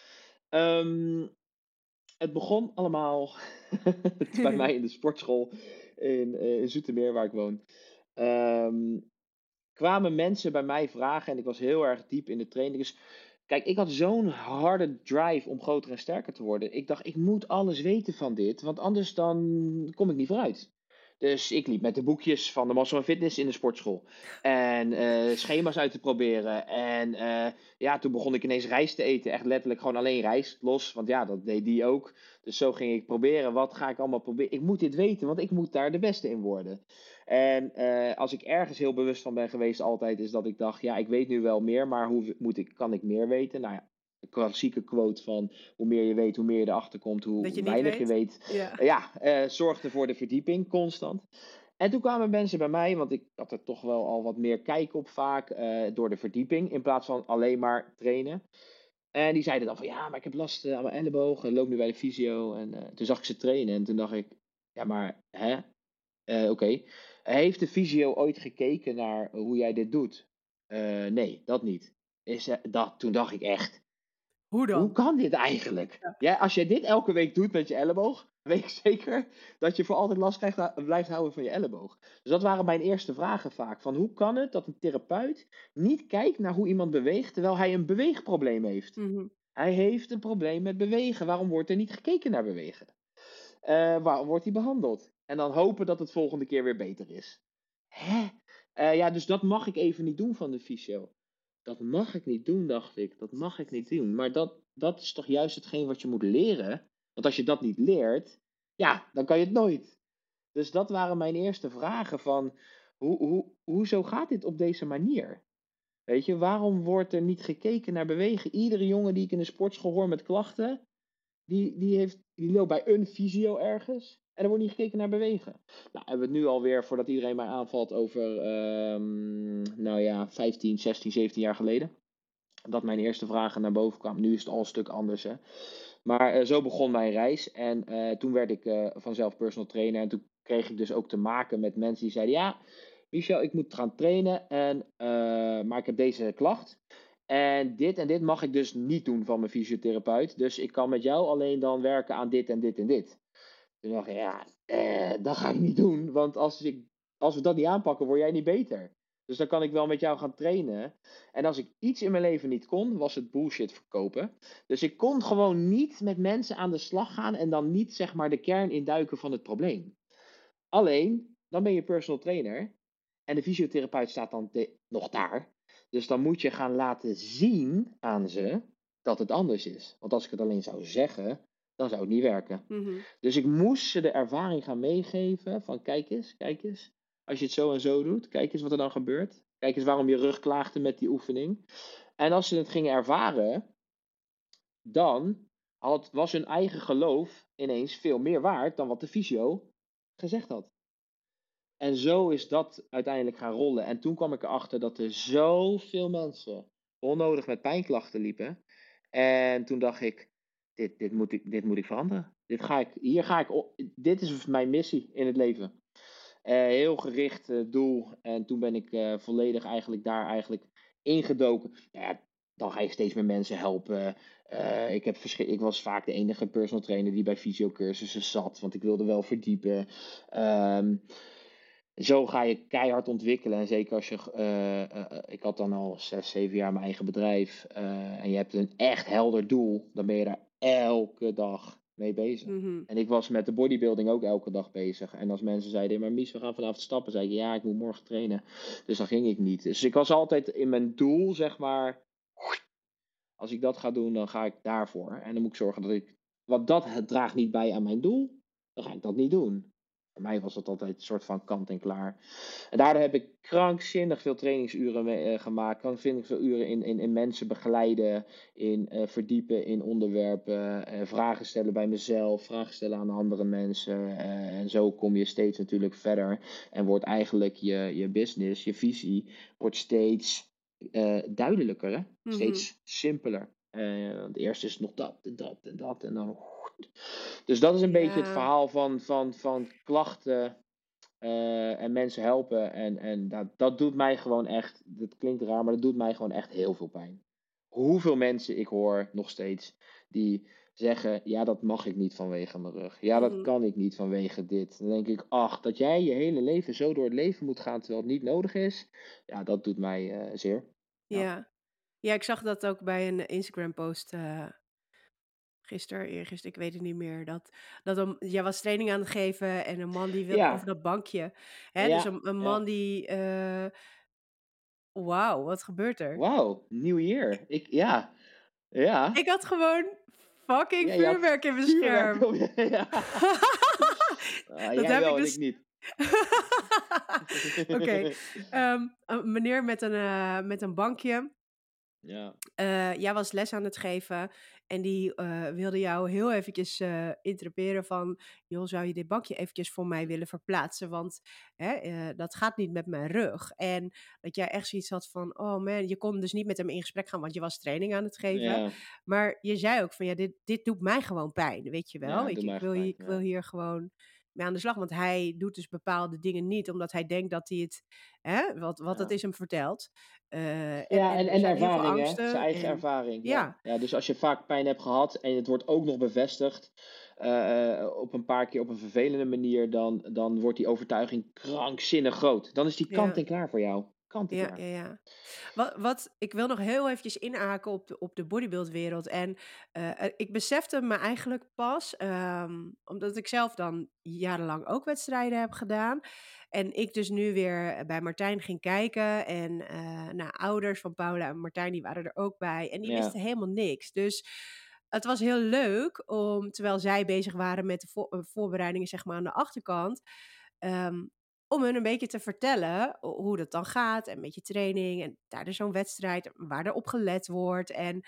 Ehm, Het begon allemaal bij mij in de sportschool in Zoetermeer, waar ik woon. Ehm, Kwamen mensen bij mij vragen en ik was heel erg diep in de training. Dus kijk, ik had zo'n harde drive om groter en sterker te worden. Ik dacht, ik moet alles weten van dit, want anders dan kom ik niet vooruit. Dus ik liep met de boekjes van de Muscle Fitness in de sportschool. En schema's uit te proberen. En ja, toen begon ik ineens rijst te eten. Echt letterlijk gewoon alleen rijst, los. Want ja, dat deed die ook. Dus zo ging ik proberen. Wat ga ik allemaal proberen? Ik moet dit weten, want ik moet daar de beste in worden. En als ik ergens heel bewust van ben geweest altijd, is dat ik dacht, ja, ik weet nu wel meer, maar kan ik meer weten? Nou ja, de klassieke quote van hoe meer je weet, hoe meer je erachter komt, Dat je hoe niet weinig je weet? weet. Ja. Zorgde voor de verdieping, constant. En toen kwamen mensen bij mij, want ik had er toch wel al wat meer kijk op vaak, door de verdieping, in plaats van alleen maar trainen. En die zeiden dan van, ja, maar ik heb last aan mijn elleboog, loop nu bij de fysio. En toen zag ik ze trainen en toen dacht ik, ja, maar hè? Oké. Heeft de fysio ooit gekeken naar hoe jij dit doet? Nee, dat niet. Toen dacht ik echt, Hoe hoe dan? kan dit eigenlijk? Ja. Ja, als je dit elke week doet met je elleboog, weet ik zeker dat je voor altijd last blijft houden van je elleboog. Dus dat waren mijn eerste vragen vaak. Van hoe kan het dat een therapeut niet kijkt naar hoe iemand beweegt, terwijl hij een beweegprobleem heeft? Mhm. Hij heeft een probleem met bewegen. Waarom wordt er niet gekeken naar bewegen? Waarom wordt hij behandeld? En dan hopen dat het volgende keer weer beter is. Hè? Ja, dus dat mag ik even niet doen van de fysio. Dat mag ik niet doen, dacht ik. Dat mag ik niet doen. Maar dat is toch juist hetgeen wat je moet leren? Want als je dat niet leert, ja, dan kan je het nooit. Dus dat waren mijn eerste vragen van, hoezo gaat dit op deze manier? Weet je, waarom wordt er niet gekeken naar bewegen? Iedere jongen die ik in de sportschool hoor met klachten, die loopt bij een fysio ergens. En er wordt niet gekeken naar bewegen. Nou, hebben we het nu alweer, voordat iedereen mij aanvalt, over 15, 16, 17 jaar geleden. Dat mijn eerste vragen naar boven kwamen. Nu is het al een stuk anders. Hè? Maar zo begon mijn reis. En toen werd ik vanzelf personal trainer. En toen kreeg ik dus ook te maken met mensen die zeiden: ja, Michel, ik moet gaan trainen. Maar ik heb deze klacht. En dit mag ik dus niet doen van mijn fysiotherapeut. Dus ik kan met jou alleen dan werken aan dit en dit en dit. Toen dacht ik, ja, dat ga ik niet doen. Want als we dat niet aanpakken, word jij niet beter. Dus dan kan ik wel met jou gaan trainen. En als ik iets in mijn leven niet kon, was het bullshit verkopen. Dus ik kon gewoon niet met mensen aan de slag gaan en dan niet zeg maar de kern induiken van het probleem. Alleen, dan ben je personal trainer en de fysiotherapeut staat dan nog daar. Dus dan moet je gaan laten zien aan ze dat het anders is. Want als ik het alleen zou zeggen, dan zou het niet werken. Mhm. Dus ik moest ze de ervaring gaan meegeven van kijk eens. Als je het zo en zo doet, kijk eens wat er dan gebeurt. Kijk eens waarom je rug klaagde met die oefening. En als ze het gingen ervaren, dan was hun eigen geloof ineens veel meer waard dan wat de fysio gezegd had. En zo is dat uiteindelijk gaan rollen. En toen kwam ik erachter dat er zoveel mensen onnodig met pijnklachten liepen. En toen dacht ik, dit moet ik veranderen. Dit is mijn missie in het leven. Heel gericht doel. En toen ben ik volledig eigenlijk ingedoken. Nou ja, dan ga je steeds meer mensen helpen. Ik was vaak de enige personal trainer die bij fysiocursussen zat, want ik wilde wel verdiepen. Ehm, Zo ga je keihard ontwikkelen. En zeker als je. Ik had dan al 6, 7 jaar mijn eigen bedrijf. En je hebt een echt helder doel. Dan ben je daar elke dag mee bezig. Mhm. En ik was met de bodybuilding ook elke dag bezig. En als mensen zeiden, maar Mies, we gaan vanavond stappen. Zei ik, ja, ik moet morgen trainen. Dus dan ging ik niet. Dus ik was altijd in mijn doel, zeg maar. Als ik dat ga doen, dan ga ik daarvoor. En dan moet ik zorgen dat ik. Want dat draagt niet bij aan mijn doel. Dan ga ik dat niet doen. Voor mij was dat altijd een soort van kant en klaar. En daardoor heb ik krankzinnig veel trainingsuren gemaakt. Krankzinnig veel uren in mensen begeleiden. In verdiepen in onderwerpen. Vragen stellen bij mezelf. Vragen stellen aan andere mensen. En zo kom je steeds natuurlijk verder. En wordt eigenlijk je business, je visie, wordt steeds duidelijker. Hè? Mhm. Steeds simpeler. Want eerst is het nog dat en dat en dat. En dan. Dus dat is een beetje het Ja. verhaal van klachten en mensen helpen. En dat doet mij gewoon echt, dat klinkt raar, maar dat doet mij gewoon echt heel veel pijn. Hoeveel mensen ik hoor nog steeds die zeggen, ja, dat mag ik niet vanwege mijn rug. Ja, dat Mhm. kan ik niet vanwege dit. Dan denk ik, ach, dat jij je hele leven zo door het leven moet gaan terwijl het niet nodig is. Ja, dat doet mij zeer. Ja. Ja. Ja, ik zag dat ook bij een Instagram-post gisteren, eergisteren, ik weet het niet meer. Jij was training aan het geven en een man die wil over Ja, dat bankje. Hè? Dus ja, een man ja. die. Wauw, wat gebeurt er? Wauw, nieuw year. Ja, ja. Ik had gewoon fucking Ja, je had vuurwerk in mijn vuurwerk scherm. op je. Ja. Dat Jij heb ik wel en ik dus. niet. Oké. Een meneer met een bankje. Ja, Jij was les aan het geven en die wilde jou heel eventjes interruperen van, joh, zou je dit bankje eventjes voor mij willen verplaatsen? Want hè, dat gaat niet met mijn rug. En dat jij echt zoiets had van, oh man, je kon dus niet met hem in gesprek gaan, want je was training aan het geven. ja, Maar je zei ook van, ja, dit doet mij gewoon pijn, weet je wel? ja, doe mij gepijn. Ik wil Ja. hier gewoon mee aan de slag. Want hij doet dus bepaalde dingen niet, omdat hij denkt dat hij het, hè, wat het Ja. is hem verteld. Ja, En er en zijn heel veel ervaring, hè? Zijn angsten. eigen En ervaring. Ja. ja, Ja, dus als je vaak pijn hebt gehad en het wordt ook nog bevestigd op een paar keer op een vervelende manier, dan wordt die overtuiging krankzinnig groot. Dan is die kant ja, en klaar voor jou. Kant en ja, ja, klaar. ja. Ik wil nog heel eventjes inhaken op de bodybuildwereld. En ik besefte me eigenlijk pas, omdat ik zelf dan jarenlang ook wedstrijden heb gedaan. En ik dus nu weer bij Martijn ging kijken. En ouders van Paula en Martijn, die waren er ook bij. En die Ja, wisten helemaal niks. Dus het was heel leuk om, terwijl zij bezig waren met de voorbereidingen zeg maar aan de achterkant. ehm, om hun een beetje te vertellen hoe dat dan gaat en met je training en tijdens zo'n wedstrijd waar er op gelet wordt. En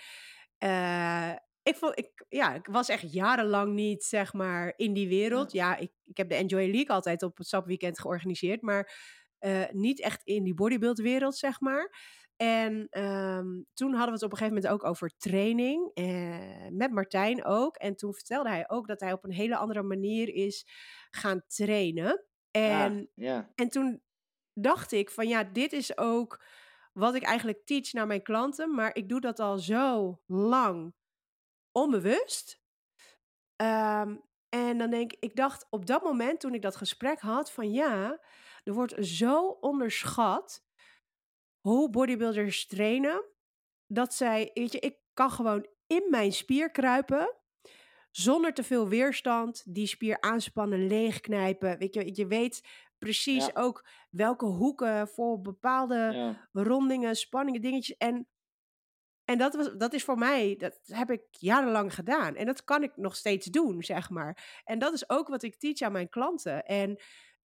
ik was echt jarenlang niet zeg maar in die wereld. ja, Ja, ik heb de Enjoy League altijd op het SAP-weekend georganiseerd, maar niet echt in die bodybuildwereld zeg maar. En toen hadden we het op een gegeven moment ook over training, met Martijn ook. En toen vertelde hij ook dat hij op een hele andere manier is gaan trainen. ah, En ja, en toen dacht ik van ja, dit is ook wat ik eigenlijk teach naar mijn klanten, maar ik doe dat al zo lang onbewust. Ehm, en dan ik dacht op dat moment toen ik dat gesprek had van ja, er wordt zo onderschat hoe bodybuilders trainen, dat zij, weet je, ik kan gewoon in mijn spier kruipen zonder te veel weerstand, die spier aanspannen, leegknijpen. Weet je weet precies Ja, ook welke hoeken voor bepaalde ja, rondingen, spanningen, dingetjes. En dat is voor mij, dat heb ik jarenlang gedaan. En dat kan ik nog steeds doen, zeg maar. En dat is ook wat ik teach aan mijn klanten. En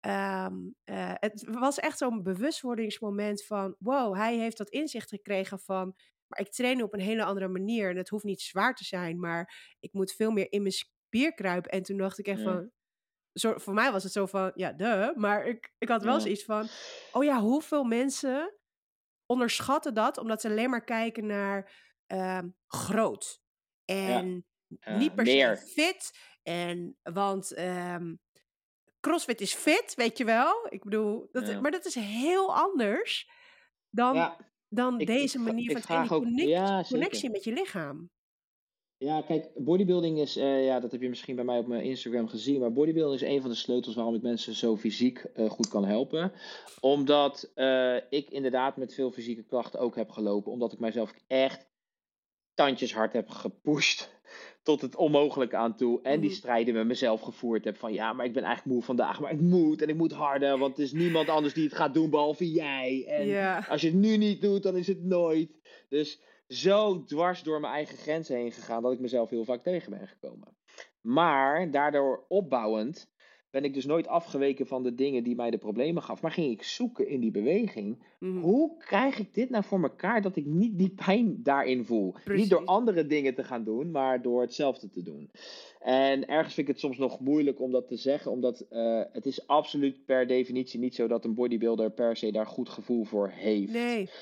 het was echt zo'n bewustwordingsmoment van... wow, hij heeft dat inzicht gekregen van... maar ik train op een hele andere manier. En het hoeft niet zwaar te zijn, maar ik moet veel meer in mijn spier kruipen. En toen dacht ik echt ja, van... voor mij was het zo van, ja, maar ik had wel ja, zoiets van... oh ja, hoeveel mensen onderschatten dat, omdat ze alleen maar kijken naar groot. ja, En ja, niet per se meer. fit. Want CrossFit is fit, weet je wel. Ik bedoel, Ja, maar dat is heel anders dan, ja. dan deze manier Ik van trainen. vraag Die ook, ja, zeker. connectie met je lichaam. Ja, kijk, bodybuilding is, ja, dat heb je misschien bij mij op mijn Instagram gezien, maar bodybuilding is een van de sleutels waarom ik mensen zo fysiek goed kan helpen. Omdat ik inderdaad met veel fysieke klachten ook heb gelopen, omdat ik mijzelf echt tandjeshard heb gepusht tot het onmogelijke aan toe. En die Mhm. strijden met mezelf gevoerd heb van ja, maar ik ben eigenlijk moe vandaag, maar ik moet en ik moet harder, want er is niemand anders die het gaat doen behalve jij. En Ja. als je het nu niet doet, dan is het nooit. Dus zo dwars door mijn eigen grenzen heen gegaan dat ik mezelf heel vaak tegen ben gekomen. Maar daardoor opbouwend ben ik dus nooit afgeweken van de dingen die mij de problemen gaf, maar ging ik zoeken in die beweging. Mhm. Hoe krijg ik dit nou voor mekaar dat ik niet die pijn daarin voel? Niet door Precies. andere dingen te gaan doen, maar door hetzelfde te doen. En ergens vind ik het soms nog moeilijk om dat te zeggen, omdat het is absoluut per definitie niet zo dat een bodybuilder per se daar goed gevoel voor heeft. Nee.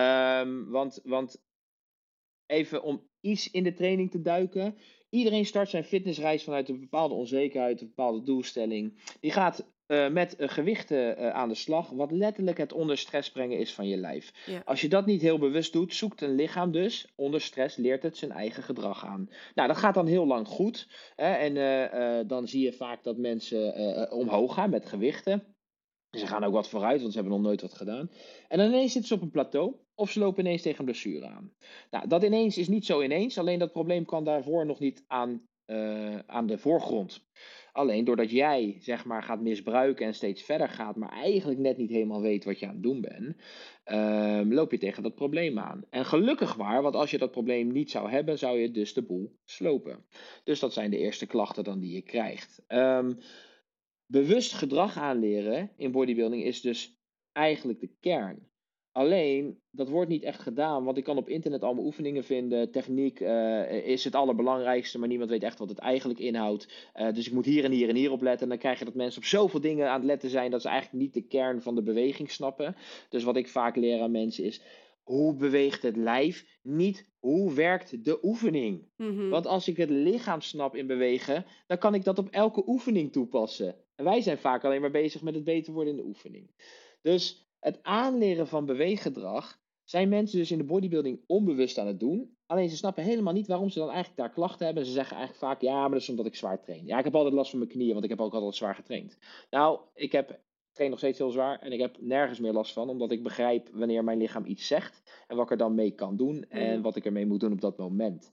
Want even om iets in de training te duiken. Iedereen start zijn fitnessreis vanuit een bepaalde onzekerheid, een bepaalde doelstelling. Die gaat met gewichten aan de slag, wat letterlijk het onder stress brengen is van je lijf. Ja. Als je dat niet heel bewust doet, zoekt een lichaam dus onder stress, leert het zijn eigen gedrag aan. Nou, dat gaat dan heel lang goed. Hè, en dan zie je vaak dat mensen omhoog gaan met gewichten. Ze gaan ook wat vooruit, want ze hebben nog nooit wat gedaan. En dan ineens zitten ze op een plateau of ze lopen ineens tegen een blessure aan. Nou, dat ineens is niet zo ineens, alleen dat probleem kan daarvoor nog niet aan de voorgrond. Alleen doordat jij zeg maar gaat misbruiken en steeds verder gaat, maar eigenlijk net niet helemaal weet wat je aan het doen bent, loop je tegen dat probleem aan. En gelukkig maar, want als je dat probleem niet zou hebben, zou je dus de boel slopen. Dus dat zijn de eerste klachten dan die je krijgt. Bewust gedrag aanleren in bodybuilding is dus eigenlijk de kern. Alleen, dat wordt niet echt gedaan, want ik kan op internet allemaal oefeningen vinden. Techniek is het allerbelangrijkste, maar niemand weet echt wat het eigenlijk inhoudt. Dus ik moet hier en hier en hier op letten. En dan krijg je dat mensen op zoveel dingen aan het letten zijn, dat ze eigenlijk niet de kern van de beweging snappen. Dus wat ik vaak leer aan mensen is, hoe beweegt het lijf? Niet hoe werkt de oefening? Mhm. Want als ik het lichaam snap in bewegen, dan kan ik dat op elke oefening toepassen. En wij zijn vaak alleen maar bezig met het beter worden in de oefening. Dus het aanleren van beweeggedrag zijn mensen dus in de bodybuilding onbewust aan het doen. Alleen ze snappen helemaal niet waarom ze dan eigenlijk daar klachten hebben. Ze zeggen eigenlijk vaak, ja, maar dat is omdat ik zwaar train. Ja, ik heb altijd last van mijn knieën, want ik heb ook altijd zwaar getraind. Nou, train nog steeds heel zwaar en ik heb nergens meer last van, omdat ik begrijp wanneer mijn lichaam iets zegt en wat ik er dan mee kan doen en Mhm. wat ik ermee moet doen op dat moment.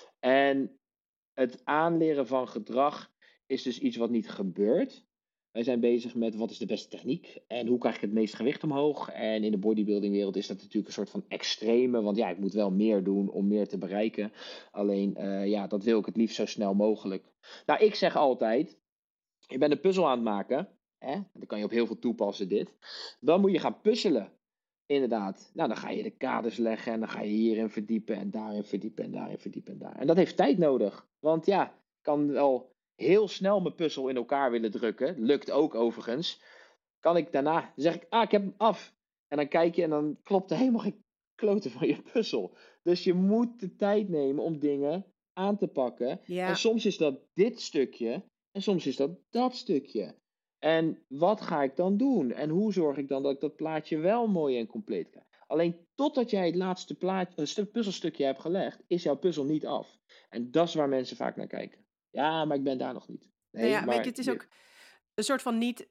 En het aanleren van gedrag is dus iets wat niet gebeurt. Wij zijn bezig met wat is de beste techniek en hoe krijg ik het meest gewicht omhoog. En in de bodybuildingwereld is dat natuurlijk een soort van extreme, want ja, ik moet wel meer doen om meer te bereiken. Alleen, ja, dat wil ik het liefst zo snel mogelijk. Nou, ik zeg altijd, je bent een puzzel aan het maken, hè? Dat kan je op heel veel toepassen dit. Dan moet je gaan puzzelen. Inderdaad. Nou, dan ga je de kaders leggen en dan ga je hierin verdiepen en daarin verdiepen en daarin verdiepen en daar. En dat heeft tijd nodig. Want ja, ik kan wel heel snel mijn puzzel in elkaar willen drukken. Lukt ook overigens. Kan ik daarna, dan zeg ik, ik heb hem af. En dan kijk je en dan klopt er helemaal geen kloten van je puzzel. Dus je moet de tijd nemen om dingen aan te pakken. En Ja. soms is dat dit stukje en soms is dat dat stukje. En wat ga ik dan doen? En hoe zorg ik dan dat ik dat plaatje wel mooi en compleet krijg? Alleen totdat jij het laatste puzzelstukje hebt gelegd, is jouw puzzel niet af. En dat is waar mensen vaak naar kijken. Ja, maar ik ben daar nog niet. Nou Nee, ja, weet je, maar het is ook een soort van niet...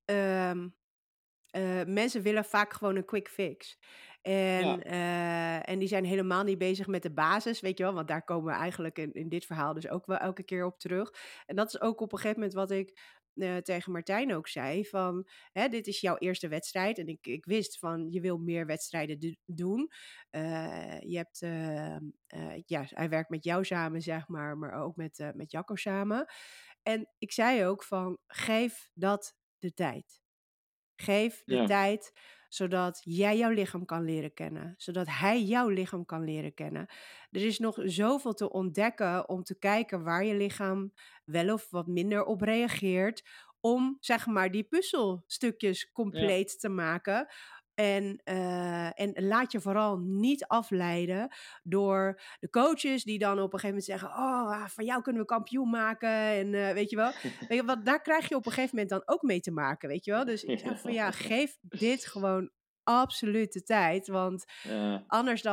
mensen willen vaak gewoon een quick fix. ja, En die zijn helemaal niet bezig met de basis, weet je wel. Want daar komen we eigenlijk in dit verhaal dus ook wel elke keer op terug. En dat is ook op een gegeven moment wat ik tegen Martijn ook zei van, hè, dit is jouw eerste wedstrijd. En ik wist van, je wil meer wedstrijden doen. Je hebt, ja, hij werkt met jou samen, zeg maar ook met Jacco samen. En ik zei ook van, geef dat de tijd. Geef de Ja, tijd, zodat jij jouw lichaam kan leren kennen. Zodat hij jouw lichaam kan leren kennen. Er is nog zoveel te ontdekken om te kijken waar je lichaam wel of wat minder op reageert. Om, zeg maar, die puzzelstukjes ja. compleet te maken. En laat je vooral niet afleiden door de coaches die dan op een gegeven moment zeggen: oh, van jou kunnen we kampioen maken. En weet je wel, want daar krijg je op een gegeven moment dan ook mee te maken, weet je wel. Dus ik zeg van ja, geef dit gewoon absoluut de tijd. Want Ja. anders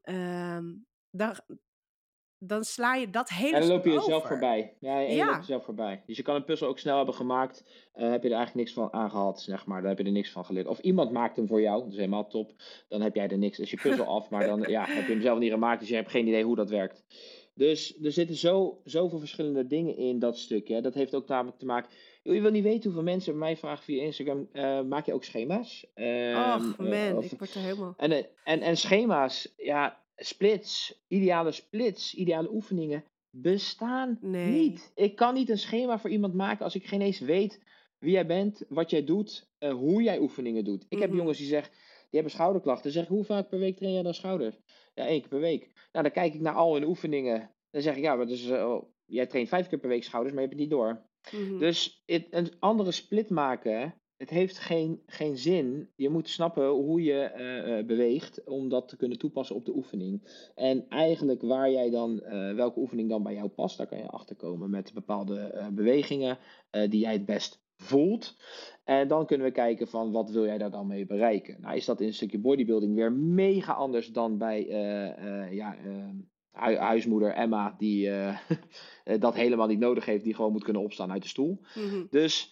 dan, dan sla je dat Ja, hele dan loop je stuk jezelf over. voorbij. Ja, en je loopt Ja, jezelf voorbij. Dus je kan een puzzel ook snel hebben gemaakt. Heb je er eigenlijk niks van aan gehad, zeg maar. Dan heb je er niks van geleerd. Of iemand maakt hem voor jou. Dat is helemaal top. Dan heb jij er niks. Is je puzzel af. Maar dan ja, heb je hem zelf niet gemaakt. Dus je hebt geen idee hoe dat werkt. Dus er zitten zoveel verschillende dingen in dat stukje. Hè. Dat heeft ook namelijk te maken. Joh, je wil niet weten hoeveel mensen mij vragen via Instagram. Maak je ook schema's? och man, ik word er helemaal... En schema's, ja, splits, ideale oefeningen bestaan Nee. niet. Ik kan niet een schema voor iemand maken als ik geen eens weet wie jij bent, wat jij doet, hoe jij oefeningen doet. Ik heb Mhm. jongens die zeggen, die hebben schouderklachten. Dan zeg ik, hoe vaak per week train jij dan schouder? Ja, 1 keer per week. Nou, dan kijk ik naar al hun oefeningen. Dan zeg ik, ja, maar dus, jij traint 5 keer per week schouders, maar je hebt het niet door. Mhm. Dus een andere split maken, het heeft geen zin. Je moet snappen hoe je beweegt om dat te kunnen toepassen op de oefening. En eigenlijk waar jij dan, welke oefening dan bij jou past, daar kan je achter komen met bepaalde bewegingen die jij het best voelt. En dan kunnen we kijken van wat wil jij daar dan mee bereiken. Nou is dat in een stukje bodybuilding weer mega anders dan bij huismoeder Emma die dat helemaal niet nodig heeft, die gewoon moet kunnen opstaan uit de stoel. Mhm. Dus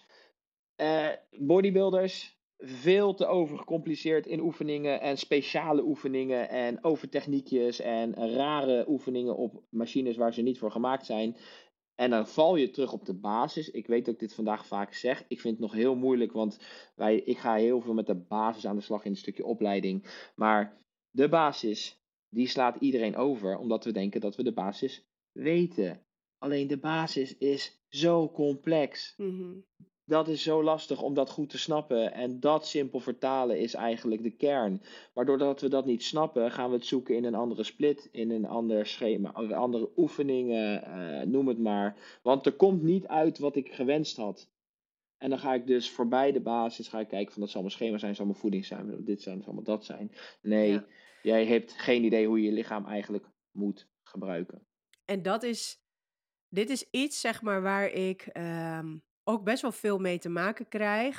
bodybuilders, veel te overgecompliceerd in oefeningen en speciale oefeningen en overtechniekjes en rare oefeningen op machines waar ze niet voor gemaakt zijn. En dan val je terug op de basis. Ik weet dat ik dit vandaag vaak zeg. Ik vind het nog heel moeilijk, want ik ga heel veel met de basis aan de slag in een stukje opleiding. Maar de basis, die slaat iedereen over, omdat we denken dat we de basis weten. Alleen de basis is zo complex. Mhm. Dat is zo lastig om dat goed te snappen. En dat simpel vertalen is eigenlijk de kern. Maar doordat we dat niet snappen, gaan we het zoeken in een andere split, in een ander schema, andere oefeningen, noem het maar. Want er komt niet uit wat ik gewenst had. En dan ga ik dus voorbij de basis ga ik kijken van dat zal mijn schema zijn, zal mijn voeding zijn, zal dit zijn, zal maar dat zijn. Ja. Nee, jij hebt geen idee hoe je je lichaam eigenlijk moet gebruiken. En dit is iets, zeg maar, waar ik ook best wel veel mee te maken krijg.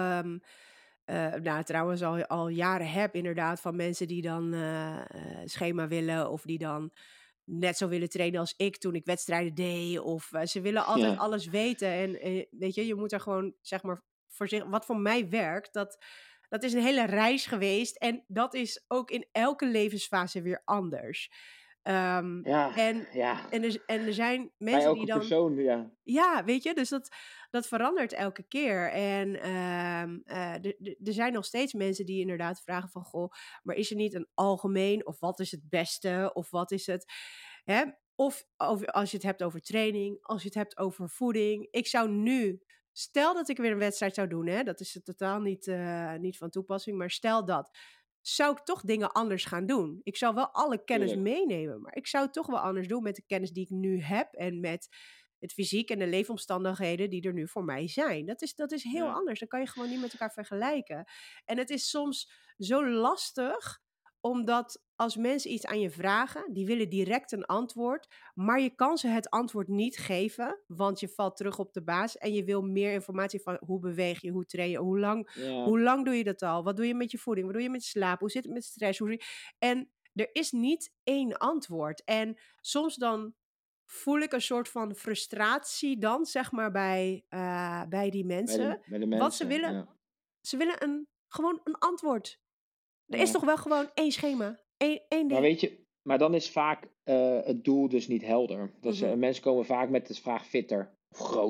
Nou, trouwens al jaren heb inderdaad van mensen die dan schema willen of die dan net zo willen trainen als ik toen ik wedstrijden deed. Of ze willen altijd Ja, alles weten. En weet je moet er gewoon, zeg maar, voor zich, wat voor mij werkt, dat is een hele reis geweest. En dat is ook in elke levensfase weer anders. Ehm, ja, en, ja. en er zijn Bij mensen die elke dan... persoon, ja. Ja, weet je, dus dat verandert elke keer. En er zijn nog steeds mensen die inderdaad vragen van... Goh, maar is er niet een algemeen of wat is het beste of wat is het... Hè? Of als je het hebt over training, als je het hebt over voeding. Ik zou nu, stel dat ik weer een wedstrijd zou doen, hè, dat is totaal niet van toepassing, maar stel dat, zou ik toch dingen anders gaan doen. Ik zou wel alle kennis Tuurlijk. meenemen, maar ik zou het toch wel anders doen met de kennis die ik nu heb en met het fysiek en de leefomstandigheden die er nu voor mij zijn. Dat is heel Ja. anders. Dat kan je gewoon niet met elkaar vergelijken. En het is soms zo lastig, omdat als mensen iets aan je vragen, die willen direct een antwoord, maar je kan ze het antwoord niet geven, want je valt terug op de baas en je wil meer informatie van hoe beweeg je, hoe train je, Ja, hoe lang doe je dat al, wat doe je met je voeding, wat doe je met slaap, hoe zit het met stress, en er is niet één antwoord. En soms dan voel ik een soort van frustratie dan, zeg maar, bij die mensen. bij de Wat ze mensen, willen, ja. ze willen gewoon een antwoord. Er is Ja. toch wel gewoon één schema, één Maar ding. weet je, maar dan is vaak het doel dus niet helder. Mhm. Mensen komen vaak met de vraag fitter of groter.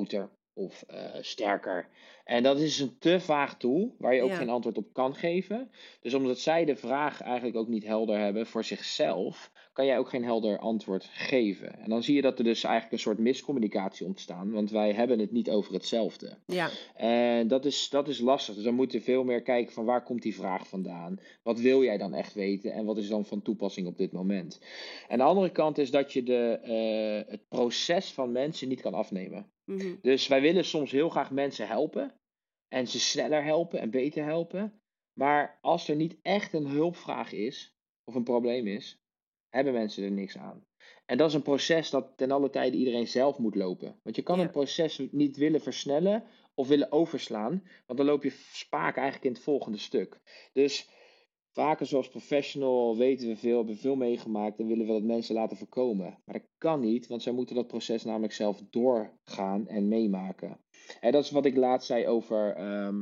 of sterker. En dat is een te vaag tool waar je ook geen Ja, antwoord op kan geven. Dus omdat zij de vraag eigenlijk ook niet helder hebben voor zichzelf, kan jij ook geen helder antwoord geven. En dan zie je dat er dus eigenlijk een soort miscommunicatie ontstaat, want wij hebben het niet over hetzelfde. ja, En dat is lastig. Dus dan moeten we veel meer kijken van waar komt die vraag vandaan? Wat wil jij dan echt weten? En wat is dan van toepassing op dit moment? En de andere kant is dat je het proces van mensen niet kan afnemen. mhm, Dus wij willen soms heel graag mensen helpen. En ze sneller helpen en beter helpen. Maar als er niet echt een hulpvraag is, of een probleem is, hebben mensen er niks aan. En dat is een proces dat ten alle tijde iedereen zelf moet lopen. Want je kan een ja, proces niet willen versnellen of willen overslaan, want dan loop je spaak eigenlijk in het volgende stuk. Dus vaker zoals professional weten we veel, hebben veel meegemaakt en willen we dat mensen laten voorkomen. Maar dat kan niet, want zij moeten dat proces namelijk zelf doorgaan en meemaken. En dat is wat ik laatst zei over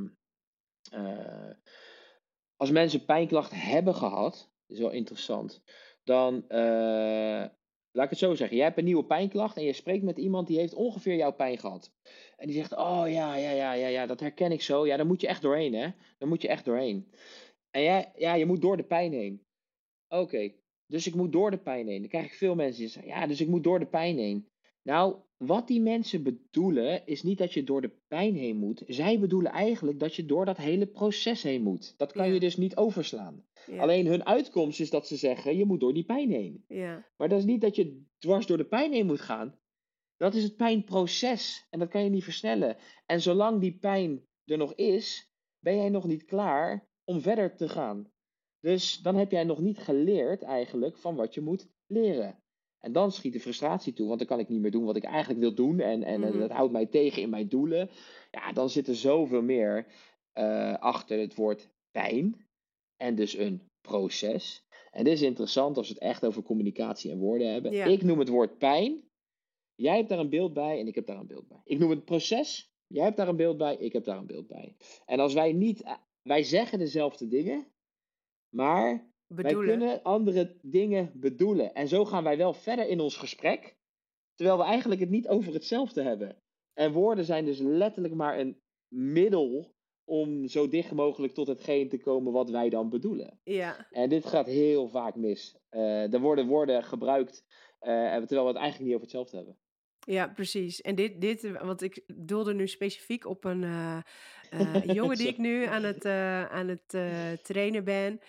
eh, als mensen pijnklachten hebben gehad, dat is wel interessant, dan laat ik het zo zeggen. Jij hebt een nieuwe pijnklacht en je spreekt met iemand die heeft ongeveer jouw pijn gehad. En die zegt, oh ja, ja, ja, ja, ja, dat herken ik zo. Ja, daar moet je echt doorheen, hè? Daar moet je echt doorheen. En jij, ja, je moet door de pijn heen. Oké, dus ik moet door de pijn heen. Dan krijg ik veel mensen die zeggen, ja, dus ik moet door de pijn heen. Nou, wat die mensen bedoelen, is niet dat je door de pijn heen moet. Zij bedoelen eigenlijk dat je door dat hele proces heen moet. Dat kan je ja, dus niet overslaan. ja, Alleen hun uitkomst is dat ze zeggen, je moet door die pijn heen. ja, Maar dat is niet dat je dwars door de pijn heen moet gaan. Dat is het pijnproces en dat kan je niet versnellen. En zolang die pijn er nog is, ben jij nog niet klaar om verder te gaan. Dus dan heb jij nog niet geleerd eigenlijk van wat je moet leren. En dan schiet de frustratie toe, want dan kan ik niet meer doen wat ik eigenlijk wil doen. En mhm, dat houdt mij tegen in mijn doelen. Ja, dan zit er zoveel meer achter het woord pijn. En dus een proces. En dit is interessant als we het echt over communicatie en woorden hebben. ja, Ik noem het woord pijn. Jij hebt daar een beeld bij en ik heb daar een beeld bij. Ik noem het proces. Jij hebt daar een beeld bij, ik heb daar een beeld bij. En als wij niet, wij zeggen dezelfde dingen, maar wij bedoelen. kunnen andere dingen bedoelen. En zo gaan wij wel verder in ons gesprek, terwijl we eigenlijk het niet over hetzelfde hebben. En woorden zijn dus letterlijk maar een middel om zo dicht mogelijk tot hetgeen te komen wat wij dan bedoelen. Ja, En dit gaat heel vaak mis. Er worden woorden gebruikt, terwijl we het eigenlijk niet over hetzelfde hebben. ja, precies. En want ik doelde nu specifiek op een jongen die ik Sorry. nu aan het trainen ben.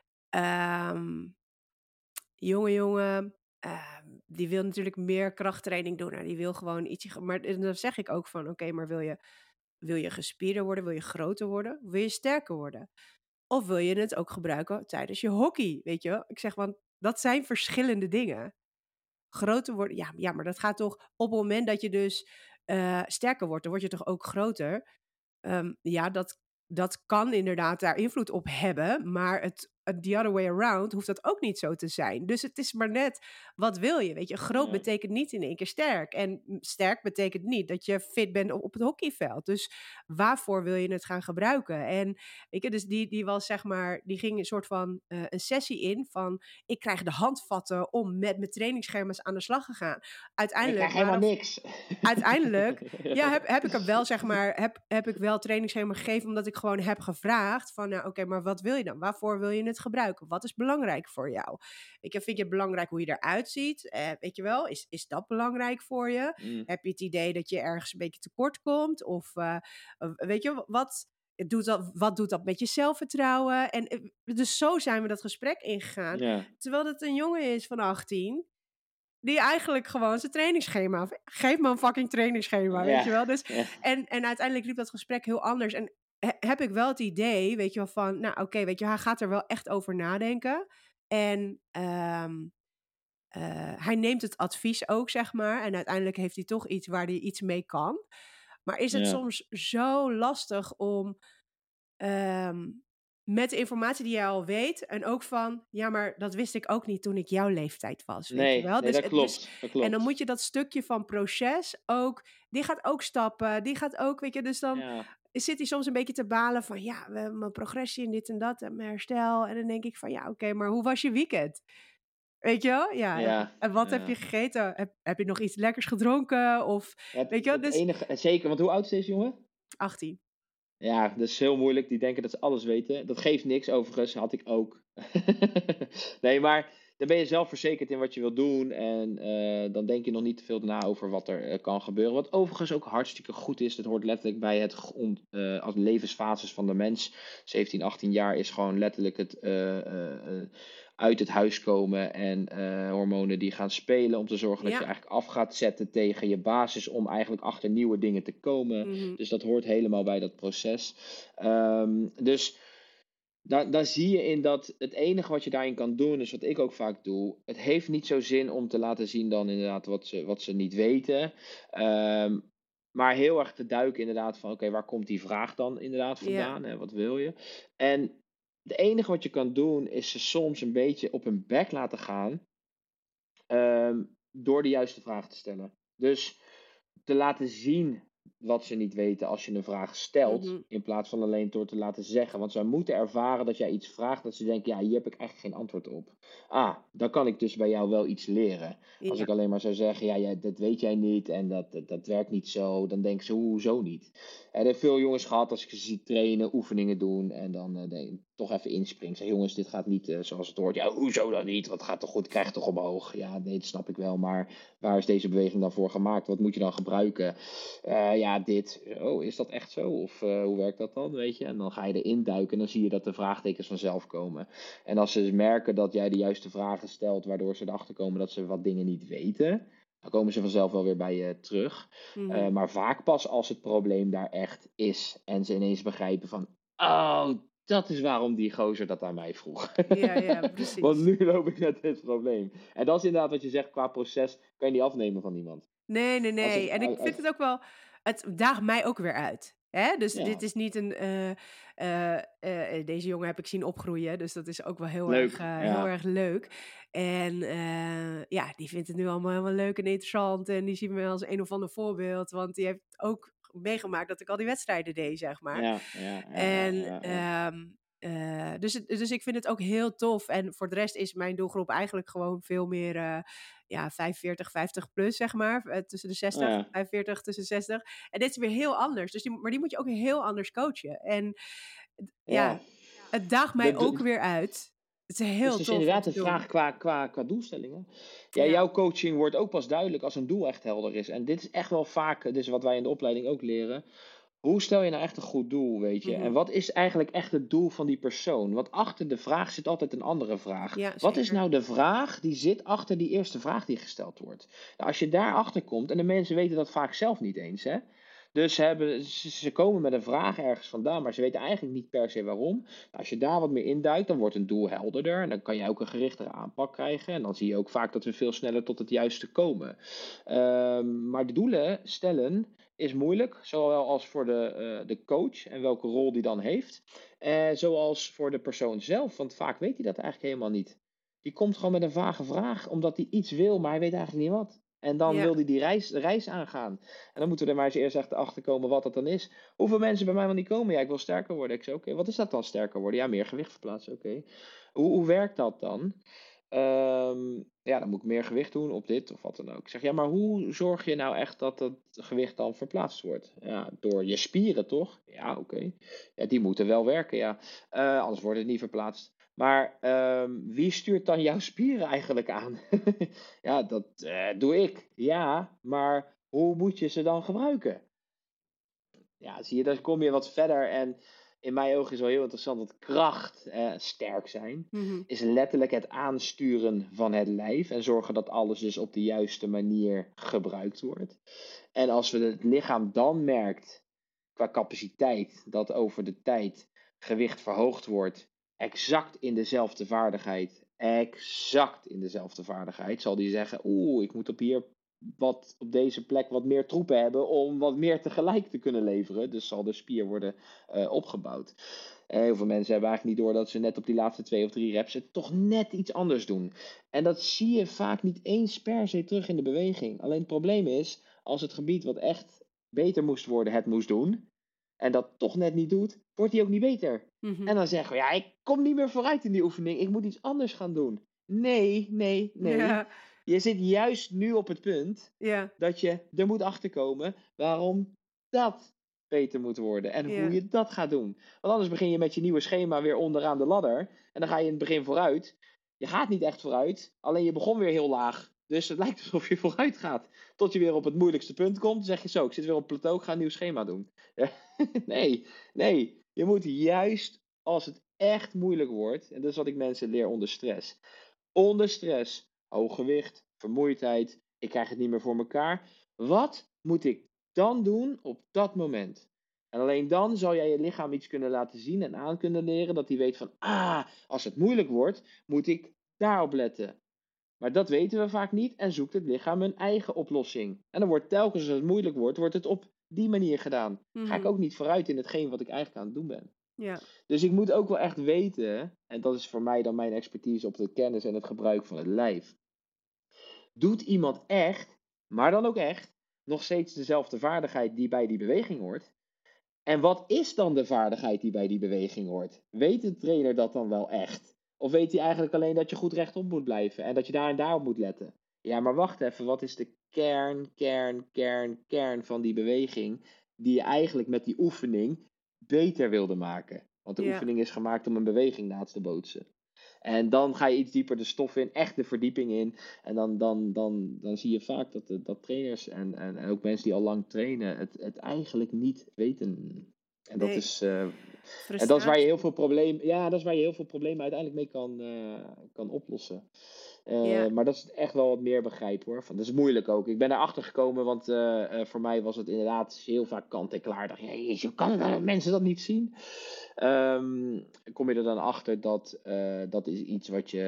Ehm, jongen, die wil natuurlijk meer krachttraining doen. Nou, die wil gewoon ietsje. Maar dan zeg ik ook van: oké, maar wil je gespierder worden? Wil je groter worden? Wil je sterker worden? Of wil je het ook gebruiken tijdens je hockey? Weet je wel? Ik zeg, want dat zijn verschillende dingen. Groter worden, ja, ja, maar dat gaat toch op het moment dat je dus sterker wordt, dan word je toch ook groter. Ja, dat kan inderdaad daar invloed op hebben, maar the other way around hoeft dat ook niet zo te zijn. Dus het is maar net, wat wil je? Weet je, groot Ja, betekent niet in één keer sterk. En sterk betekent niet dat je fit bent op het hockeyveld. Dus waarvoor wil je het gaan gebruiken? En weet je, dus die was zeg maar, die ging een soort van een sessie in van, ik krijg de handvatten om met mijn trainingsschema's aan de slag te gaan. en ik Uiteindelijk krijg helemaal waren niks. Uiteindelijk, ja, heb ik hem wel, zeg maar, heb ik wel trainingsschema gegeven, omdat ik gewoon heb gevraagd van, nou, oké, maar wat wil je dan? Waarvoor wil je het gebruiken? Wat is belangrijk voor jou? Vind je het belangrijk hoe je eruit ziet? Weet je wel, is dat belangrijk voor je? Mm, Heb je het idee dat je ergens een beetje tekort komt? Of weet je, wat doet dat met je zelfvertrouwen? En dus zo zijn we dat gesprek ingegaan. ja, Terwijl het een jongen is van 18 die eigenlijk gewoon zijn trainingsschema. Geef me een fucking trainingsschema, weet ja, je wel. Dus, ja, en uiteindelijk liep dat gesprek heel anders. En heb ik wel het idee, weet je wel, van... Nou, oké, weet je, hij gaat er wel echt over nadenken. En hij neemt het advies ook, zeg maar. En uiteindelijk heeft hij toch iets waar hij iets mee kan. Maar is het ja. soms zo lastig om... ehm, met de informatie die jij al weet. En ook van, ja, maar dat wist ik ook niet toen ik jouw leeftijd was, weet je Nee, wel. nee, dat Dus, klopt, dat en dan klopt. moet je dat stukje van proces ook, die gaat ook stappen, die gaat ook, weet je, dus dan Ja, zit hij soms een beetje te balen van, ja, we hebben mijn progressie en dit en dat en mijn herstel. En dan denk ik van, ja, oké, maar hoe was je weekend? Weet je wel? Ja. Ja, En wat heb je ja. gegeten? Heb je nog iets lekkers gedronken? Of weet je wel? Het Dus enige, zeker, want hoe oud is deze jongen? 18. Ja, dat is heel moeilijk. Die denken dat ze alles weten. Dat geeft niks, overigens. Had ik ook. Nee, maar dan ben je zelf verzekerd in wat je wilt doen. En dan denk je nog niet te veel na over wat er kan gebeuren. Wat overigens ook hartstikke goed is. Dat hoort letterlijk bij het als levensfases van de mens. 17, 18 jaar is gewoon letterlijk het uit het huis komen. En hormonen die gaan spelen. Om te zorgen dat je Ja. eigenlijk af gaat zetten tegen je basis. Om eigenlijk achter nieuwe dingen te komen. Mhm. Dus dat hoort helemaal bij dat proces. Dus daar zie je in dat het enige wat je daarin kan doen, is wat ik ook vaak doe. Het heeft niet zo zin om te laten zien dan inderdaad wat ze niet weten. Ehm, maar heel erg te duiken inderdaad van oké, waar komt die vraag dan inderdaad Ja. vandaan? Hè? Wat wil je? En het enige wat je kan doen, is ze soms een beetje op hun bek laten gaan. Door de juiste vraag te stellen. Dus te laten zien wat ze niet weten als je een vraag stelt, Mhm. in plaats van alleen door te laten zeggen. Want zij moeten ervaren dat jij iets vraagt, dat ze denken, ja, hier heb ik echt geen antwoord op. Ah, dan kan ik dus bij jou wel iets leren. Als Ja. ik alleen maar zou zeggen, ja, dat weet jij niet en dat werkt niet zo, dan denken ze, hoezo niet? En ik heb veel jongens gehad als ik ze zie trainen, oefeningen doen en dan toch even inspringen. Zeg, jongens, dit gaat niet zoals het hoort. Ja, hoezo dan niet? Wat gaat toch goed? Krijg je toch omhoog? Ja, nee, dat snap ik wel, maar waar is deze beweging dan voor gemaakt? Wat moet je dan gebruiken? Ja, dit. Oh, is dat echt zo? Of hoe werkt dat dan? Weet je? En dan ga je erin duiken en dan zie je dat de vraagtekens vanzelf komen. En als ze merken dat jij de juiste vragen stelt, waardoor ze erachter komen dat ze wat dingen niet weten, dan komen ze vanzelf wel weer bij je terug. Mhm. Maar vaak pas als het probleem daar echt is en ze ineens begrijpen van, oh, dat is waarom die gozer dat aan mij vroeg. Ja, Want precies. nu loop ik met dit probleem. En dat is inderdaad wat je zegt, qua proces kan je niet afnemen van iemand. Als Nee. het, En ik vind het ook wel het daagt mij ook weer uit. Hè? Dus dit ja, is niet een deze jongen heb ik zien opgroeien, dus dat is ook wel leuk. heel Ja, erg leuk. En ja, die vindt het nu allemaal helemaal leuk en interessant en die ziet me als een of ander voorbeeld, want die heeft ook meegemaakt dat ik al die wedstrijden deed, zeg maar. En, ja. dus ik vind het ook heel tof. En voor de rest is mijn doelgroep eigenlijk gewoon veel meer, ja, 45, 50 plus, zeg maar. Tussen de 60, Ja, 45, tussen 60. En dit is weer heel anders. Dus maar die moet je ook weer heel anders coachen. En ja. ja, het daagt mij ook weer uit. Het is Dus heel het is tof om inderdaad te een vraag doen. qua doelstellingen. Ja, Ja. jouw coaching wordt ook pas duidelijk als een doel echt helder is. En dit is echt wel vaak, dit is wat wij in de opleiding ook leren. Hoe stel je nou echt een goed doel, weet je? En Mhm. wat is eigenlijk echt het doel van die persoon? Want achter de vraag zit altijd een andere vraag. Ja, Wat is zeker. nou de vraag die zit achter die eerste vraag die gesteld wordt? Nou, als je daarachter komt, en de mensen weten dat vaak zelf niet eens, hè? Dus ze komen met een vraag ergens vandaan, maar ze weten eigenlijk niet per se waarom. Nou, als je daar wat meer induikt, dan wordt een doel helderder. En dan kan je ook een gerichtere aanpak krijgen. En dan zie je ook vaak dat we veel sneller tot het juiste komen. Maar de doelen stellen is moeilijk, zowel als voor de coach en welke rol die dan heeft, zoals voor de persoon zelf, want vaak weet hij dat eigenlijk helemaal niet. Die komt gewoon met een vage vraag, omdat hij iets wil, maar hij weet eigenlijk niet wat. En dan Ja. wil hij die reis aangaan. En dan moeten we er maar eens eerst echt achter komen wat dat dan is. Hoeveel mensen bij mij wel niet komen? Ja, ik wil sterker worden. Ik zeg, oké, wat is dat dan sterker worden? Ja, meer gewicht verplaatsen, oké. Hoe werkt dat dan? Ja, dan moet ik meer gewicht doen op dit of wat dan ook. Ik zeg, ja, maar hoe zorg je nou echt dat het gewicht dan verplaatst wordt? Ja, door je spieren, toch? Ja, oké. Ja, die moeten wel werken, ja. Anders wordt het niet verplaatst. Maar wie stuurt dan jouw spieren eigenlijk aan? Ja, dat doe ik. Ja, maar hoe moet je ze dan gebruiken? Ja, zie je, daar kom je wat verder. En in mijn ogen is wel heel interessant dat kracht, sterk zijn, Mhm. is letterlijk het aansturen van het lijf. En zorgen dat alles dus op de juiste manier gebruikt wordt. En als we het lichaam dan merkt, qua capaciteit, dat over de tijd gewicht verhoogd wordt, exact in dezelfde vaardigheid, zal die zeggen, ik moet op deze plek wat meer troepen hebben om wat meer tegelijk te kunnen leveren. Dus zal de spier worden opgebouwd. Heel veel mensen hebben eigenlijk niet door dat ze net op die laatste 2 of 3 reps het toch net iets anders doen. En dat zie je vaak niet eens per se terug in de beweging. Alleen het probleem is, als het gebied wat echt beter moest worden, het moest doen, en dat toch net niet doet, wordt hij ook niet beter. Mhm. En dan zeggen we, ja, ik kom niet meer vooruit in die oefening, ik moet iets anders gaan doen. Nee, nee, nee. Ja, Je zit juist nu op het punt ja, dat je er moet achterkomen waarom dat beter moet worden en hoe ja, je dat gaat doen. Want anders begin je met je nieuwe schema weer onderaan de ladder en dan ga je in het begin vooruit. Je gaat niet echt vooruit, alleen je begon weer heel laag. Dus het lijkt alsof je vooruit gaat. Tot je weer op het moeilijkste punt komt. Dan zeg je zo, ik zit weer op het plateau, ik ga een nieuw schema doen. Ja, nee, nee. Je moet juist als het echt moeilijk wordt, en dat is wat ik mensen leer onder stress. Onder stress, hoog gewicht, vermoeidheid, ik krijg het niet meer voor mekaar. Wat moet ik dan doen op dat moment? En alleen dan zal jij je lichaam iets kunnen laten zien en aan kunnen leren dat hij weet van, als het moeilijk wordt, moet ik daarop letten. Maar dat weten we vaak niet en zoekt het lichaam een eigen oplossing. En dan wordt telkens als het moeilijk wordt, wordt het op die manier gedaan. Ga ik mhm, ook niet vooruit in hetgeen wat ik eigenlijk aan het doen ben. ja, Dus ik moet ook wel echt weten, en dat is voor mij dan mijn expertise op de kennis en het gebruik van het lijf. Doet iemand echt, maar dan ook echt, nog steeds dezelfde vaardigheid die bij die beweging hoort? En wat is dan de vaardigheid die bij die beweging hoort? Weet de trainer dat dan wel echt? Of weet hij eigenlijk alleen dat je goed rechtop moet blijven en dat je daar en daarop moet letten? Ja, maar wacht even, wat is de kern van die beweging die je eigenlijk met die oefening beter wilde maken? Want de ja, oefening is gemaakt om een beweging naast te bootsen. En dan ga je iets dieper de stof in, echt de verdieping in. En dan zie je vaak dat trainers en ook mensen die al lang trainen, het eigenlijk niet weten. En dat nee, is, en dat is waar je heel frustratie, veel problemen, ja, dat is waar je heel veel problemen uiteindelijk mee kan oplossen. ja, Maar dat is echt wel wat meer begrijpen hoor. Dat is moeilijk ook. Ik ben erachter gekomen, want voor mij was het inderdaad heel vaak kant en klaar. Ik dacht, jezus, hoe kan mensen dat niet zien? Ehm, Kom je er dan achter dat dat is iets wat je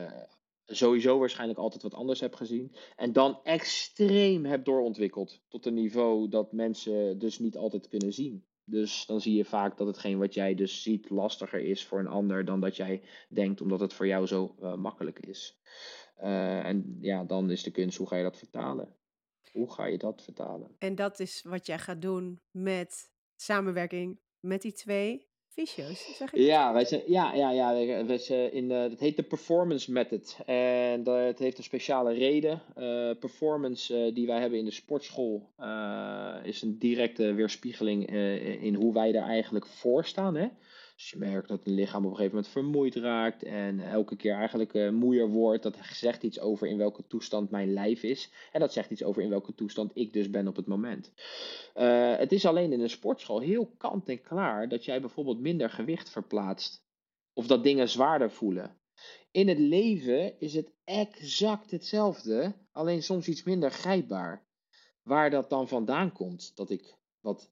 sowieso waarschijnlijk altijd wat anders hebt gezien. En dan extreem hebt doorontwikkeld. Tot een niveau dat mensen dus niet altijd kunnen zien. Dus dan zie je vaak dat hetgeen wat jij dus ziet lastiger is voor een ander dan dat jij denkt, omdat het voor jou zo makkelijk is. En ja, dan is de kunst, hoe ga je dat vertalen? Hoe ga je dat vertalen? en dat is wat jij gaat doen met samenwerking met die 2 fysio's, zeg ik dat Ja, goed? wij zijn, ja, wij zijn dat heet de performance method. En het heeft een speciale reden. Performance die wij hebben in de sportschool is een directe weerspiegeling in hoe wij daar eigenlijk voor staan. Hè? Dus je merkt dat het lichaam op een gegeven moment vermoeid raakt en elke keer eigenlijk moeier wordt. Dat zegt iets over in welke toestand mijn lijf is. En dat zegt iets over in welke toestand ik dus ben op het moment. Het is alleen in een sportschool heel kant en klaar dat jij bijvoorbeeld minder gewicht verplaatst. Of dat dingen zwaarder voelen. In het leven is het exact hetzelfde, alleen soms iets minder grijpbaar. Waar dat dan vandaan komt, dat ik wat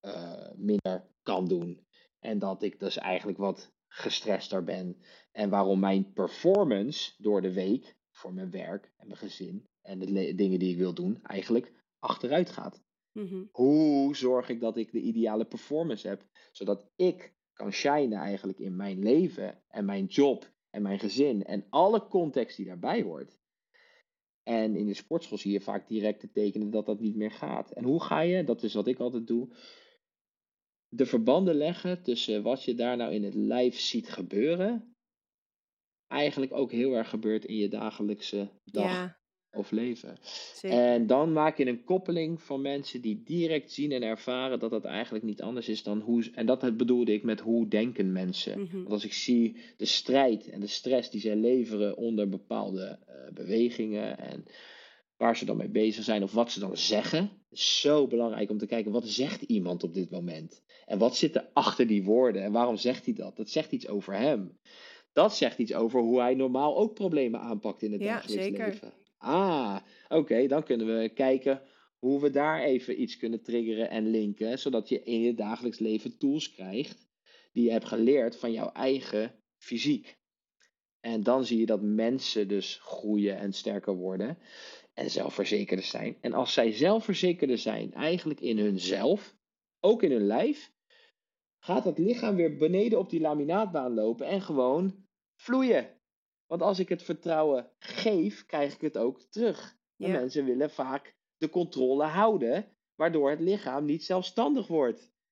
minder kan doen. En dat ik dus eigenlijk wat gestrester ben. En waarom mijn performance door de week voor mijn werk en mijn gezin en de dingen die ik wil doen, eigenlijk achteruit gaat. Mhm. Hoe zorg ik dat ik de ideale performance heb, zodat ik kan shinen eigenlijk in mijn leven en mijn job en mijn gezin en alle context die daarbij hoort. En in de sportschool zie je vaak direct de tekenen dat dat niet meer gaat. En hoe ga je, dat is wat ik altijd doe, de verbanden leggen tussen wat je daar nou in het lijf ziet gebeuren, eigenlijk ook heel erg gebeurt in je dagelijkse dag Ja, of leven. En zeker. dan maak je een koppeling van mensen die direct zien en ervaren dat dat eigenlijk niet anders is dan hoe. En dat bedoelde ik met hoe denken mensen. Mhm. Want als ik zie de strijd en de stress die zij leveren onder bepaalde bewegingen en waar ze dan mee bezig zijn of wat ze dan zeggen, is zo belangrijk om te kijken wat zegt iemand op dit moment. En wat zit er achter die woorden en waarom zegt hij dat? Dat zegt iets over hem. Dat zegt iets over hoe hij normaal ook problemen aanpakt in het Ja, dagelijks zeker. leven. Oké, dan kunnen we kijken hoe we daar even iets kunnen triggeren en linken, zodat je in je dagelijks leven tools krijgt die je hebt geleerd van jouw eigen fysiek. En dan zie je dat mensen dus groeien en sterker worden en zelfverzekerder zijn. En als zij zelfverzekerder zijn, eigenlijk in hunzelf, ook in hun lijf, gaat het lichaam weer beneden op die laminaatbaan lopen en gewoon vloeien. Want als ik het vertrouwen geef, krijg ik het ook terug. En Ja, mensen willen vaak de controle houden, waardoor het lichaam niet zelfstandig wordt.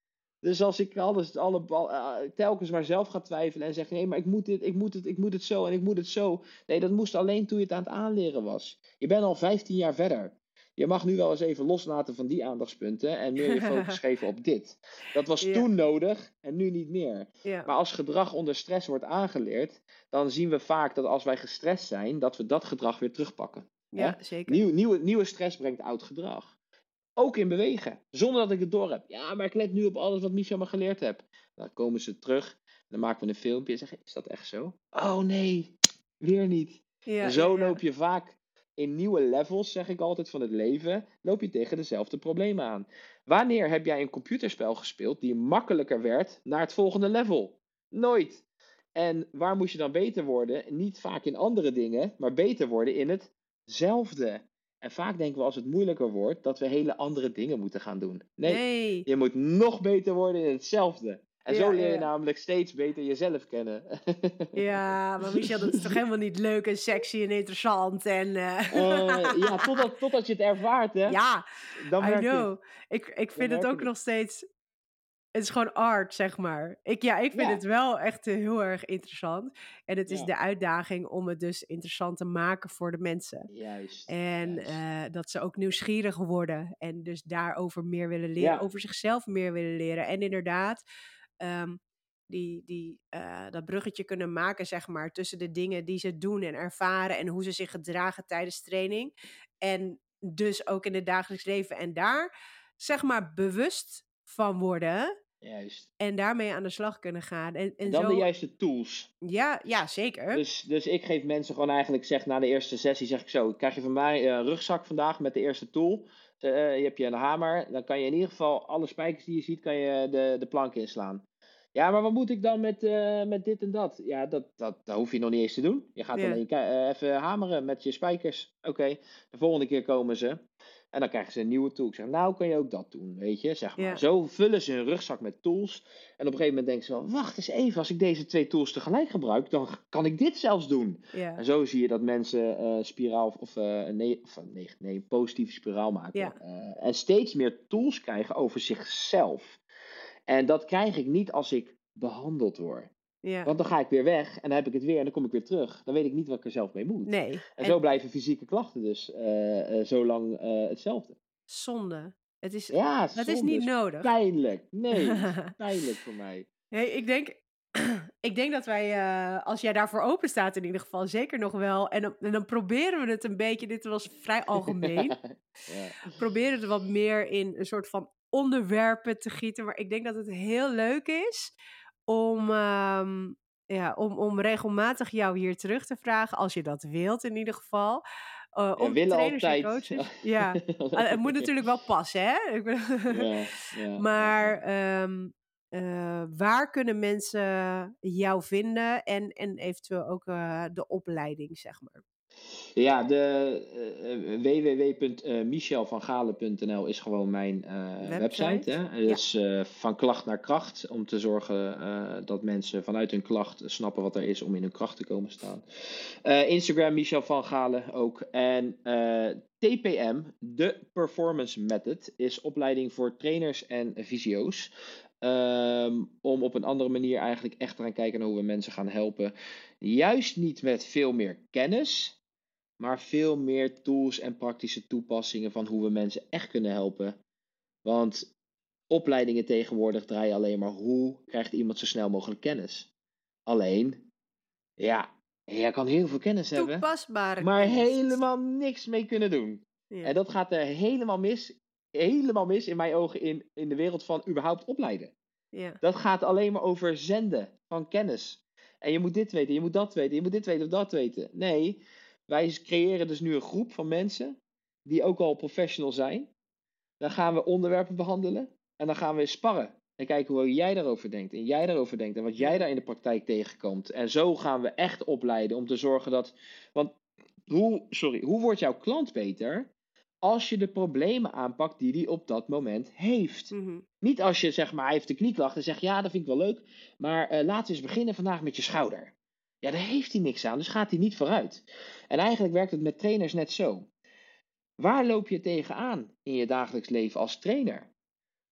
Dus als ik telkens maar zelf ga twijfelen en zeg: nee, maar ik moet dit, ik moet het zo en ik moet het zo. Nee, dat moest alleen toen je het aan het aanleren was. Je bent al 15 jaar verder. Je mag nu wel eens even loslaten van die aandachtspunten en meer je focus geven op dit. Dat was Ja, toen nodig en nu niet meer. ja, Maar als gedrag onder stress wordt aangeleerd, dan zien we vaak dat als wij gestrest zijn, dat we dat gedrag weer terugpakken. Hè? ja, zeker. Nieuwe stress brengt oud gedrag. Ook in bewegen, zonder dat ik het door heb. Ja, maar ik let nu op alles wat Michel me geleerd heeft. Dan komen ze terug, dan maken we een filmpje en zeggen: is dat echt zo? Oh nee, weer niet. Ja, En ja, zo ja. loop je vaak in nieuwe levels, zeg ik altijd, van het leven, loop je tegen dezelfde problemen aan. Wanneer heb jij een computerspel gespeeld die makkelijker werd naar het volgende level? Nooit. En waar moest je dan beter worden? Niet vaak in andere dingen, maar beter worden in hetzelfde. En vaak denken we als het moeilijker wordt, dat we hele andere dingen moeten gaan doen. Nee, Nee. je moet nog beter worden in hetzelfde. En zo Ja, ja, leer je ja. namelijk steeds beter jezelf kennen. Ja, maar Michel, dat is toch helemaal niet leuk en sexy en interessant en Ja, totdat je het ervaart, hè? ja, Dan I merk je het. know. Ik Dan vind het merk je ook het. nog steeds het is gewoon art, zeg maar. Ik vind het Ja, wel echt heel erg interessant. En het is ja. de uitdaging om het dus interessant te maken voor de mensen. Juist, En juist. dat ze ook nieuwsgierig worden en dus daarover meer willen leren, Ja, over zichzelf meer willen leren. En inderdaad, ehm, dat bruggetje kunnen maken, zeg maar, tussen de dingen die ze doen en ervaren en hoe ze zich gedragen tijdens training. En dus ook in het dagelijks leven. En daar, zeg maar, bewust van worden juist. en daarmee aan de slag kunnen gaan. En En dan de zo, juiste tools. ja, ja, zeker. Dus ik geef mensen gewoon eigenlijk, zeg na de eerste sessie, zeg ik zo: krijg je van mij een rugzak vandaag met de eerste tool. Je hebt je een hamer, dan kan je in ieder geval alle spijkers die je ziet, kan je de plank inslaan. Ja, maar wat moet ik dan met dit en dat? Ja, dat hoef je nog niet eens te doen. Je gaat Ja, alleen even hameren met je spijkers. Oké, de volgende keer komen ze. En dan krijgen ze een nieuwe tool. Ik zeg: nou kan je ook dat doen, weet je, zeg maar. ja, Zo vullen ze hun rugzak met tools. En op een gegeven moment denken ze wel: wacht eens even, als ik deze twee tools tegelijk gebruik, dan kan ik dit zelfs doen. En ja, zo zie je dat mensen spiraal een positieve spiraal maken. ja, En steeds meer tools krijgen over zichzelf. En dat krijg ik niet als ik behandeld word. ja. Want dan ga ik weer weg en dan heb ik het weer en dan kom ik weer terug. Dan weet ik niet wat ik er zelf mee moet. Nee. En En zo blijven fysieke klachten dus zo lang hetzelfde. zonde. Ja, Dat is zonde niet is nodig. pijnlijk. Nee, is pijnlijk voor mij. Nee, ik denk dat wij, als jij daarvoor open staat in ieder geval, zeker nog wel. En dan proberen we het een beetje, dit was vrij algemeen. Ja. Proberen er wat meer in een soort van onderwerpen te gieten. Maar ik denk dat het heel leuk is om, om regelmatig jou hier terug te vragen, als je dat wilt in ieder geval. Ja, Om willen trainers en altijd. coaches. Ja, het moet natuurlijk wel passen, hè? Ja, ja, ja, Maar ja. waar kunnen mensen jou vinden en eventueel ook de opleiding, zeg maar? Ja, www.michelvangalen.nl is gewoon mijn website. Website? Hè? Ja, Dus van klacht naar kracht, om te zorgen dat mensen vanuit hun klacht snappen wat er is om in hun kracht te komen staan. Instagram Michel van Galen ook. En TPM, de Performance Method, is opleiding voor trainers en fysio's. Om op een andere manier eigenlijk echt te gaan kijken naar hoe we mensen gaan helpen. Juist niet met veel meer kennis, maar veel meer tools en praktische toepassingen van hoe we mensen echt kunnen helpen. Want opleidingen tegenwoordig draaien alleen maar: hoe krijgt iemand zo snel mogelijk kennis? Alleen, ja, jij kan heel veel kennis hebben, toepasbare maar kennis. helemaal niks mee kunnen doen. En Ja, dat gaat er helemaal mis in mijn ogen in de wereld van überhaupt opleiden. ja. Dat gaat alleen maar over zenden van kennis. En je moet dit weten, je moet dat weten, je moet dit weten of dat weten. Nee, wij creëren dus nu een groep van mensen die ook al professional zijn. Dan gaan we onderwerpen behandelen en dan gaan we sparren. En kijken hoe jij daarover denkt en jij daarover denkt en wat jij Ja. daar in de praktijk tegenkomt. En zo gaan we echt opleiden om te zorgen dat... Want hoe wordt jouw klant beter? Als je de problemen aanpakt die hij op dat moment heeft. Mhm. Niet als je, zeg maar, hij heeft de knieklacht en zegt: ja, dat vind ik wel leuk, maar laten we eens beginnen vandaag met je schouder. Ja, daar heeft hij niks aan, dus gaat hij niet vooruit. En eigenlijk werkt het met trainers net zo. Waar loop je tegenaan in je dagelijks leven als trainer?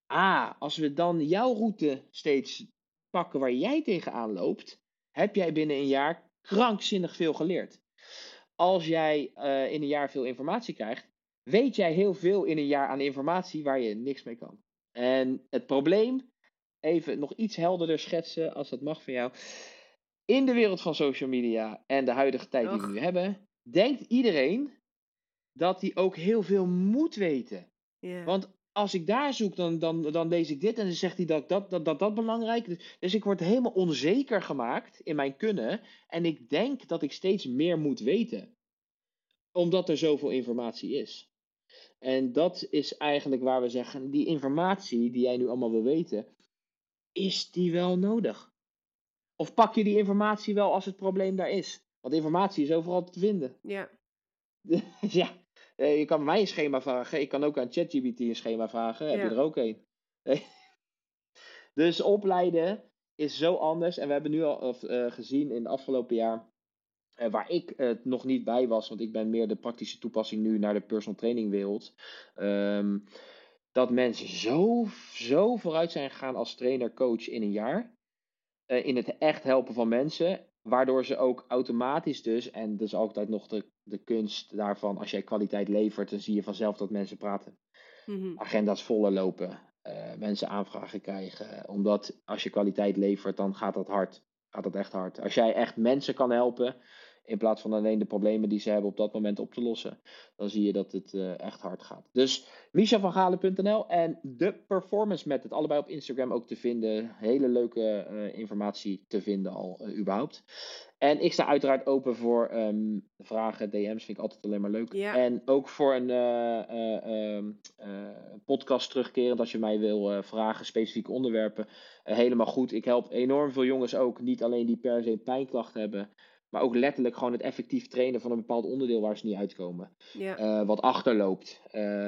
Als we dan jouw route steeds pakken waar jij tegenaan loopt, heb jij binnen een jaar krankzinnig veel geleerd. Als jij in een jaar veel informatie krijgt, weet jij heel veel in een jaar aan informatie waar je niks mee kan. En het probleem, even nog iets helderder schetsen als dat mag van jou. In de wereld van social media en de huidige tijd die we Och, nu hebben, denkt iedereen dat hij ook heel veel moet weten. ja. Want als ik daar zoek, dan lees ik dit en dan zegt hij dat belangrijk is. Dus ik word helemaal onzeker gemaakt in mijn kunnen. En ik denk dat ik steeds meer moet weten, omdat er zoveel informatie is. En dat is eigenlijk waar we zeggen, die informatie die jij nu allemaal wil weten, is die wel nodig? Of pak je die informatie wel als het probleem daar is? Want informatie is overal te vinden. Ja. Dus ja, je kan mij een schema vragen. Ik kan ook aan ChatGPT een schema vragen. Heb je Ja. er ook een? Dus opleiden is zo anders. En we hebben nu al gezien in het afgelopen jaar, waar ik nog niet bij was, want ik ben meer de praktische toepassing nu naar de personal training wereld. Dat mensen zo vooruit zijn gegaan als trainer, coach in een jaar. In het echt helpen van mensen. Waardoor ze ook automatisch dus, en dat is altijd nog de kunst daarvan, als jij kwaliteit levert, dan zie je vanzelf dat mensen praten. Mhm. Agenda's voller lopen, mensen aanvragen krijgen. Omdat als je kwaliteit levert, dan gaat dat hard. Gaat dat echt hard. Als jij echt mensen kan helpen, in plaats van alleen de problemen die ze hebben op dat moment op te lossen, dan zie je dat het echt hard gaat. Dus michavangalen.nl en de Performance Method, allebei op Instagram ook te vinden. Hele leuke informatie te vinden al überhaupt. En ik sta uiteraard open voor vragen, DM's, vind ik altijd alleen maar leuk. Ja. En ook voor een podcast terugkerend, als je mij wil vragen, specifieke onderwerpen. Helemaal goed. Ik help enorm veel jongens ook, niet alleen die per se pijnklachten hebben, maar ook letterlijk gewoon het effectief trainen van een bepaald onderdeel waar ze niet uitkomen. Ja. Wat achterloopt.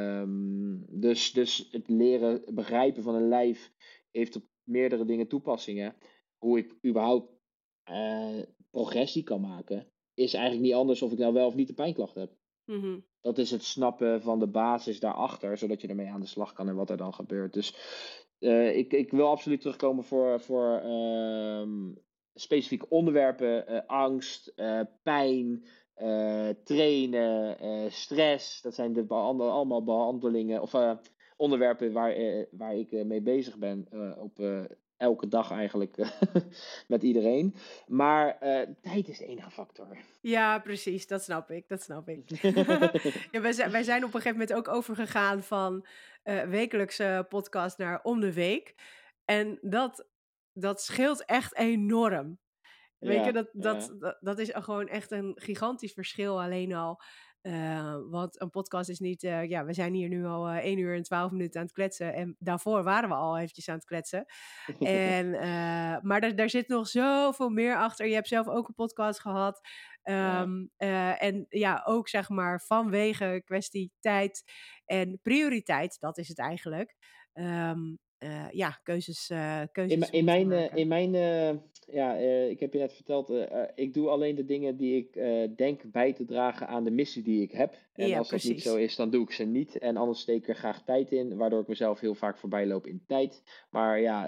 Dus het leren begrijpen van een lijf heeft op meerdere dingen toepassingen. Hoe ik überhaupt progressie kan maken, is eigenlijk niet anders of ik nou wel of niet de pijnklacht heb. Mhm. Dat is het snappen van de basis daarachter, zodat je ermee aan de slag kan en wat er dan gebeurt. Dus ik wil absoluut terugkomen voor specifieke onderwerpen, angst, pijn, trainen, stress. Dat zijn allemaal behandelingen of onderwerpen waar ik mee bezig ben op elke dag eigenlijk met iedereen. Maar tijd is de enige factor. Ja, precies. Dat snap ik. Dat snap ik. Ja, wij zijn op een gegeven moment ook overgegaan van wekelijkse podcast naar om de week. En dat scheelt echt enorm. Weet je, Ja, ja. dat is gewoon echt een gigantisch verschil alleen al. Want een podcast is niet... ja, we zijn hier nu al 1 uur en 12 minuten aan het kletsen. En daarvoor waren we al eventjes aan het kletsen. Maar daar zit nog zoveel meer achter. Je hebt zelf ook een podcast gehad. Ja. En ja, ook zeg maar vanwege kwestie tijd en prioriteit, dat is het eigenlijk. Ja, keuzes In moeten mijn, maken. ik heb je net verteld, ik doe alleen de dingen die ik denk bij te dragen aan de missie die ik heb. En Ja, als dat niet zo precies. is, dan doe ik ze niet. En anders steek ik er graag tijd in, waardoor ik mezelf heel vaak voorbij loop in tijd. Maar ja,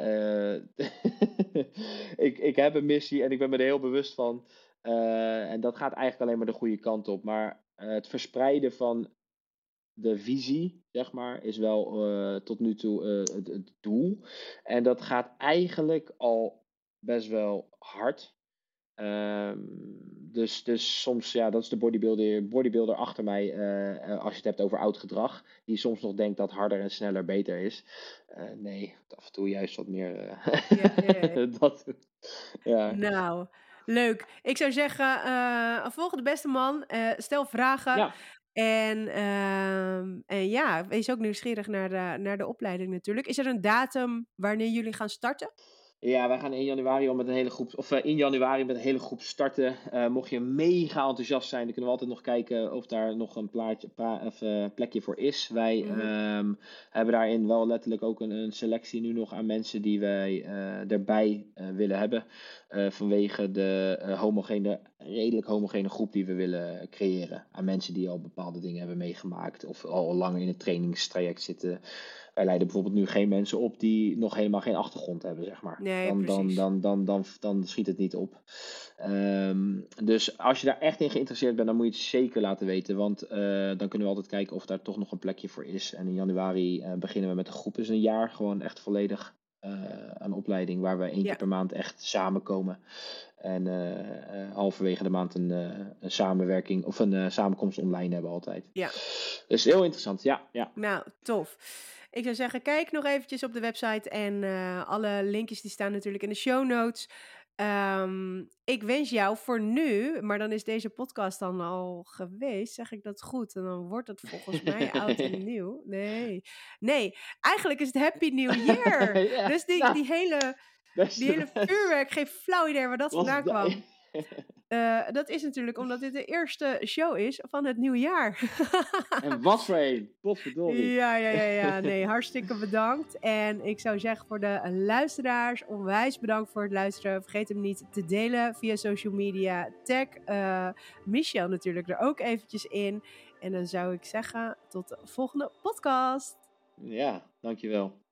ik heb een missie en ik ben me er heel bewust van. En dat gaat eigenlijk alleen maar de goede kant op. Maar het verspreiden van de visie, zeg maar, is wel tot nu toe het doel. En dat gaat eigenlijk al best wel hard. Dus soms, ja, dat is de bodybuilder achter mij, als je het hebt over oud gedrag, die soms nog denkt dat harder en sneller beter is. Nee, af en toe juist wat meer Ja. dat. Ja. Nou, leuk. Ik zou zeggen, volg de beste man. Stel vragen. Ja. En ja, wees ook nieuwsgierig naar de opleiding natuurlijk. Is er een datum wanneer jullie gaan starten? Ja, wij gaan in januari al met een hele groep, of in januari met een hele groep starten. Mocht je mega enthousiast zijn, dan kunnen we altijd nog kijken of daar nog een plekje voor is. Wij hebben daarin wel letterlijk ook een selectie nu nog aan mensen die wij erbij willen hebben. Vanwege de redelijk homogene groep die we willen creëren. Aan mensen die al bepaalde dingen hebben meegemaakt of al langer in het trainingstraject zitten. Wij leiden bijvoorbeeld nu geen mensen op die nog helemaal geen achtergrond hebben, zeg maar. Nee, precies. Dan schiet het niet op. Dus als je daar echt in geïnteresseerd bent, dan moet je het zeker laten weten. Want dan kunnen we altijd kijken of daar toch nog een plekje voor is. En in januari beginnen we met een groep. Dus een jaar gewoon echt volledig aan opleiding. Waar we 1 keer per maand echt samenkomen. En halverwege de maand een samenwerking of een samenkomst online hebben altijd. Ja. Dus heel interessant, ja. Nou, tof. Ik zou zeggen, kijk nog eventjes op de website en alle linkjes die staan natuurlijk in de show notes. Ik wens jou voor nu, maar dan is deze podcast dan al geweest, zeg ik dat goed? En dan wordt het volgens mij oud en nieuw. Nee, eigenlijk is het Happy New Year. Ja, Dus die hele vuurwerk, geen flauw idee waar dat vandaan kwam. Dat is natuurlijk omdat dit de eerste show is van het nieuwe jaar. En wat voor een, potverdorie. Ja. Nee, hartstikke bedankt. En ik zou zeggen voor de luisteraars, onwijs bedankt voor het luisteren. Vergeet hem niet te delen via social media. Tag Michelle natuurlijk er ook eventjes in. En dan zou ik zeggen, tot de volgende podcast. Ja, dankjewel.